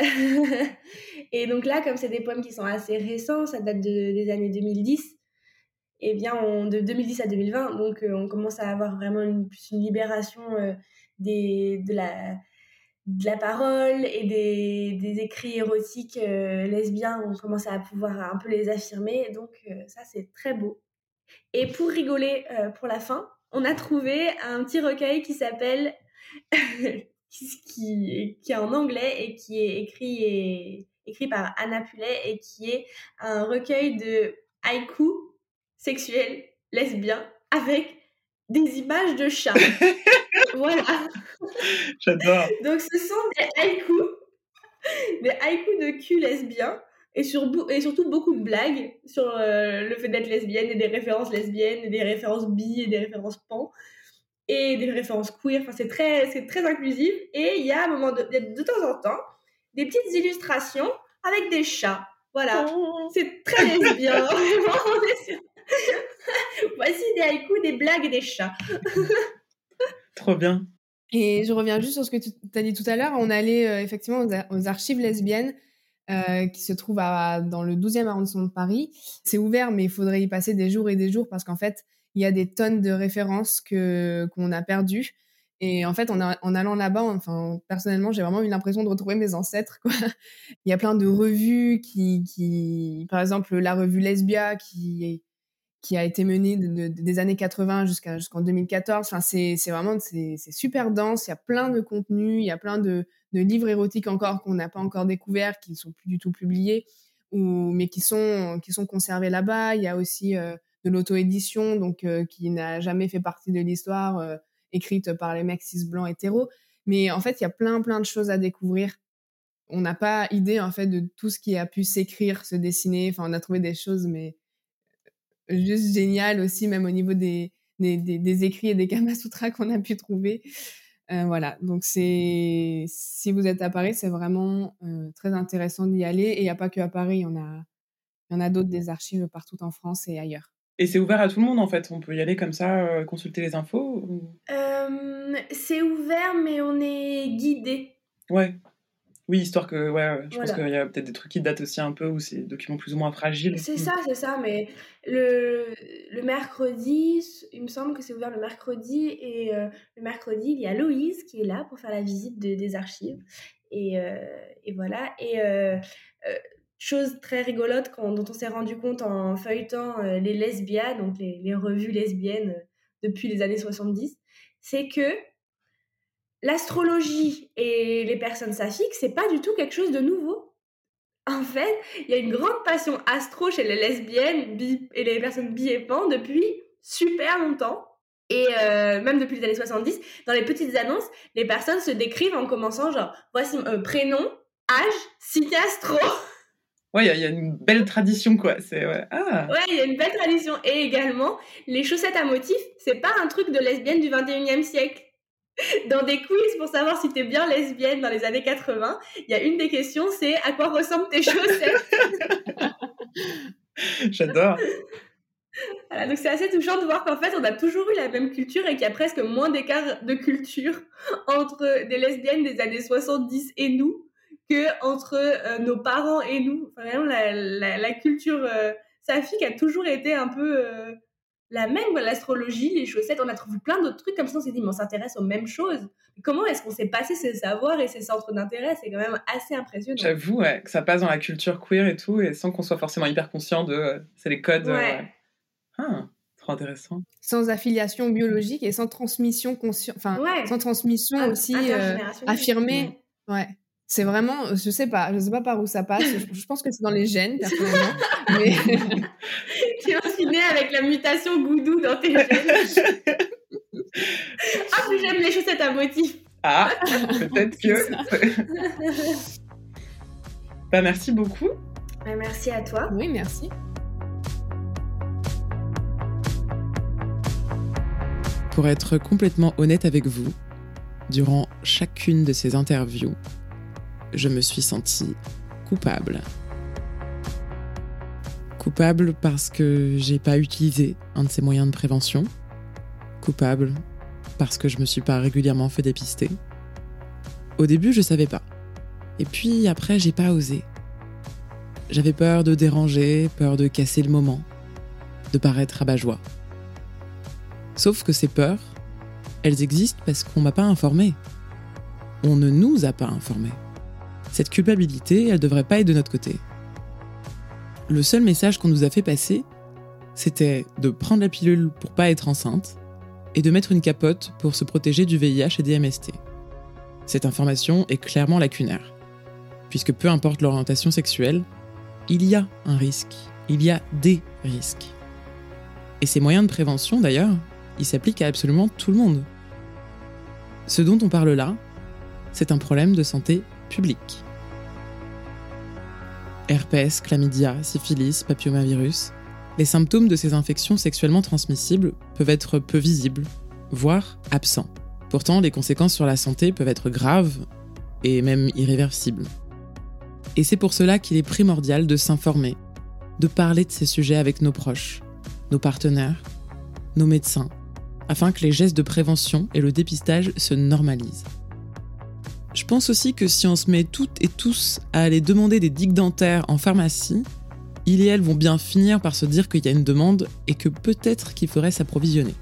Et donc là, comme c'est des poèmes qui sont assez récents, ça date de, des années deux mille dix, et bien on, de deux mille dix à deux mille vingt, donc euh, on commence à avoir vraiment une, une libération euh, des, de, la, de la parole et des, des écrits érotiques euh, lesbiens, on commence à pouvoir un peu les affirmer, donc euh, ça c'est très beau. Et pour rigoler euh, pour la fin, on a trouvé un petit recueil qui s'appelle... qui, qui, qui est en anglais et qui est écrit, et, écrit par Anna Pullet et qui est un recueil de haïkus sexuels lesbiens avec des images de chats. Voilà. J'adore. Donc ce sont des haïkus, des haïkus de cul lesbiens et, sur, et surtout beaucoup de blagues sur euh, le fait d'être lesbienne et des références lesbiennes et des références bi et des références pan. Et des références queer, enfin c'est très, c'est très inclusif. Et il y a un moment de, de temps en temps des petites illustrations avec des chats. Voilà, oh. C'est très lesbien. Voici des haïkus, des blagues et des chats. Trop bien. Et je reviens juste sur ce que tu as dit tout à l'heure. On allait euh, effectivement aux, aux archives lesbiennes euh, qui se trouvent à, dans le douzième arrondissement de Paris. C'est ouvert, mais il faudrait y passer des jours et des jours parce qu'en fait, il y a des tonnes de références que, qu'on a perdues. Et en fait, en, a, en allant là-bas, enfin, personnellement, j'ai vraiment eu l'impression de retrouver mes ancêtres, quoi. Il y a plein de revues qui, qui, par exemple, la revue Lesbia qui, qui a été menée de, de, des années quatre-vingts jusqu'à, jusqu'en deux mille quatorze. Enfin, c'est, c'est vraiment, c'est, c'est super dense. Il y a plein de contenus, il y a plein de, de livres érotiques encore qu'on n'a pas encore découverts, qui ne sont plus du tout publiés, ou, mais qui sont, qui sont conservés là-bas. Il y a aussi... Euh, de l'auto-édition, donc euh, qui n'a jamais fait partie de l'histoire, euh, écrite par les mecs cis blancs hétéros. Mais en fait, il y a plein, plein de choses à découvrir. On n'a pas idée, en fait, de tout ce qui a pu s'écrire, se dessiner. Enfin, on a trouvé des choses, mais juste géniales aussi, même au niveau des, des, des, des écrits et des Kama Sutra qu'on a pu trouver. Euh, voilà, donc c'est... si vous êtes à Paris, c'est vraiment euh, très intéressant d'y aller. Et il n'y a pas que à Paris, il y en a, il y en a d'autres, des archives partout en France et ailleurs. Et c'est ouvert à tout le monde, en fait. On peut y aller comme ça, euh, consulter les infos ou... euh, C'est ouvert, mais on est guidé. Ouais. Oui, histoire que, ouais, ouais, je Voilà. pense qu'il y a peut-être des trucs qui datent aussi un peu, ou c'est des documents plus ou moins fragiles. C'est Mm. ça, c'est ça, mais le, le mercredi, il me semble que c'est ouvert le mercredi, et euh, le mercredi, il y a Loïse qui est là pour faire la visite de, des archives. Et, euh, et voilà. Et euh, euh, chose très rigolote quand, dont on s'est rendu compte en feuilletant euh, les lesbiennes, donc les, les revues lesbiennes euh, depuis les années soixante-dix, c'est que l'astrologie et les personnes saphiques, c'est pas du tout quelque chose de nouveau. En fait, il y a une grande passion astro chez les lesbiennes bi- et les personnes bi et pan depuis super longtemps. Et euh, même depuis les années soixante-dix, dans les petites annonces, les personnes se décrivent en commençant genre, voici euh, prénom, âge, signe astro. Ouais, il y, a- y a une belle tradition, quoi. C'est, ouais. Ah, Ouais, il y a une belle tradition. Et également, les chaussettes à motifs, c'est pas un truc de lesbienne du vingt et unième siècle. Dans des quiz pour savoir si t'es bien lesbienne dans les années quatre-vingts, il y a une des questions, c'est à quoi ressemblent tes chaussettes? j'adore. Voilà, donc c'est assez touchant de voir qu'en fait, on a toujours eu la même culture et qu'il y a presque moins d'écart de culture entre des lesbiennes des années soixante-dix et nous que entre euh, nos parents et nous. Enfin, vraiment, la, la, la culture euh, saphique a toujours été un peu euh, la même. L'astrologie, les chaussettes, on a trouvé plein d'autres trucs comme ça. On s'est dit, mais on s'intéresse aux mêmes choses. Comment est-ce qu'on s'est passé ces savoirs et ces centres d'intérêt? C'est quand même assez impressionnant. J'avoue, ouais, que ça passe dans la culture queer et tout, et sans qu'on soit forcément hyper conscient de... euh, c'est les codes... euh, Ouais. ouais. Ah, trop intéressant. Sans affiliation biologique et sans transmission consciente, enfin, Ouais. sans transmission In- aussi euh, intergénérationnel. affirmée. Ouais. C'est vraiment, je sais pas, je sais pas par où ça passe. je, je pense que c'est dans les gènes, personnellement. mais Tu es aussi né avec la mutation goudou dans tes gènes. Ah, puis j'aime les chaussettes à motifs. Ah, peut-être que... bah, merci beaucoup. Bah, merci à toi. oui, merci. Pour être complètement honnête avec vous, durant chacune de ces interviews, je me suis sentie coupable. Coupable parce que j'ai pas utilisé un de ces moyens de prévention. Coupable parce que je me suis pas régulièrement fait dépister. Au début, je savais pas. Et puis après, j'ai pas osé. J'avais peur de déranger, peur de casser le moment, de paraître rabat-joie. Sauf que ces peurs, elles existent parce qu'on m'a pas informé. On ne nous a pas informés. Cette culpabilité, elle devrait pas être de notre côté. Le seul message qu'on nous a fait passer, c'était de prendre la pilule pour pas être enceinte et de mettre une capote pour se protéger du V I H et des M S T. Cette information est clairement lacunaire, puisque peu importe l'orientation sexuelle, il y a un risque, il y a des risques. Et ces moyens de prévention, d'ailleurs, ils s'appliquent à absolument tout le monde. Ce dont on parle là, c'est un problème de santé publique. Herpès, chlamydia, syphilis, papillomavirus, les symptômes de ces infections sexuellement transmissibles peuvent être peu visibles, voire absents. Pourtant, les conséquences sur la santé peuvent être graves et même irréversibles. Et c'est pour cela qu'il est primordial de s'informer, de parler de ces sujets avec nos proches, nos partenaires, nos médecins, afin que les gestes de prévention et le dépistage se normalisent. Je pense aussi que si on se met toutes et tous à aller demander des digues dentaires en pharmacie, ils et elles vont bien finir par se dire qu'il y a une demande et que peut-être qu'il faudrait s'approvisionner.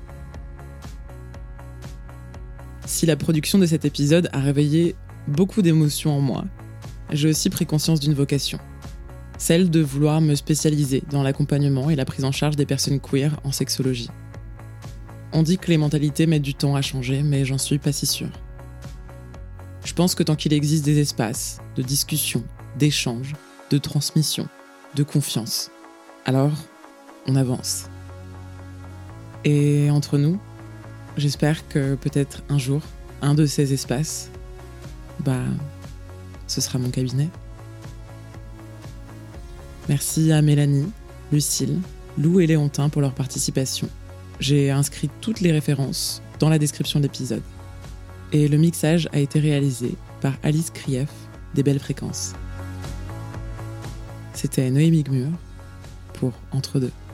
Si la production de cet épisode a réveillé beaucoup d'émotions en moi, j'ai aussi pris conscience d'une vocation, celle de vouloir me spécialiser dans l'accompagnement et la prise en charge des personnes queer en sexologie. On dit que les mentalités mettent du temps à changer, mais j'en suis pas si sûre. Je pense que tant qu'il existe des espaces de discussion, d'échange, de transmission, de confiance, alors on avance. Et entre nous, j'espère que peut-être un jour, un de ces espaces, bah, ce sera mon cabinet. Merci à Mélanie, Lucille, Lou et Léontin pour leur participation. J'ai inscrit toutes les références dans la description de l'épisode. Et le mixage a été réalisé par Alice Krief des Belles Fréquences. C'était Noémie Gmur pour Entre deux.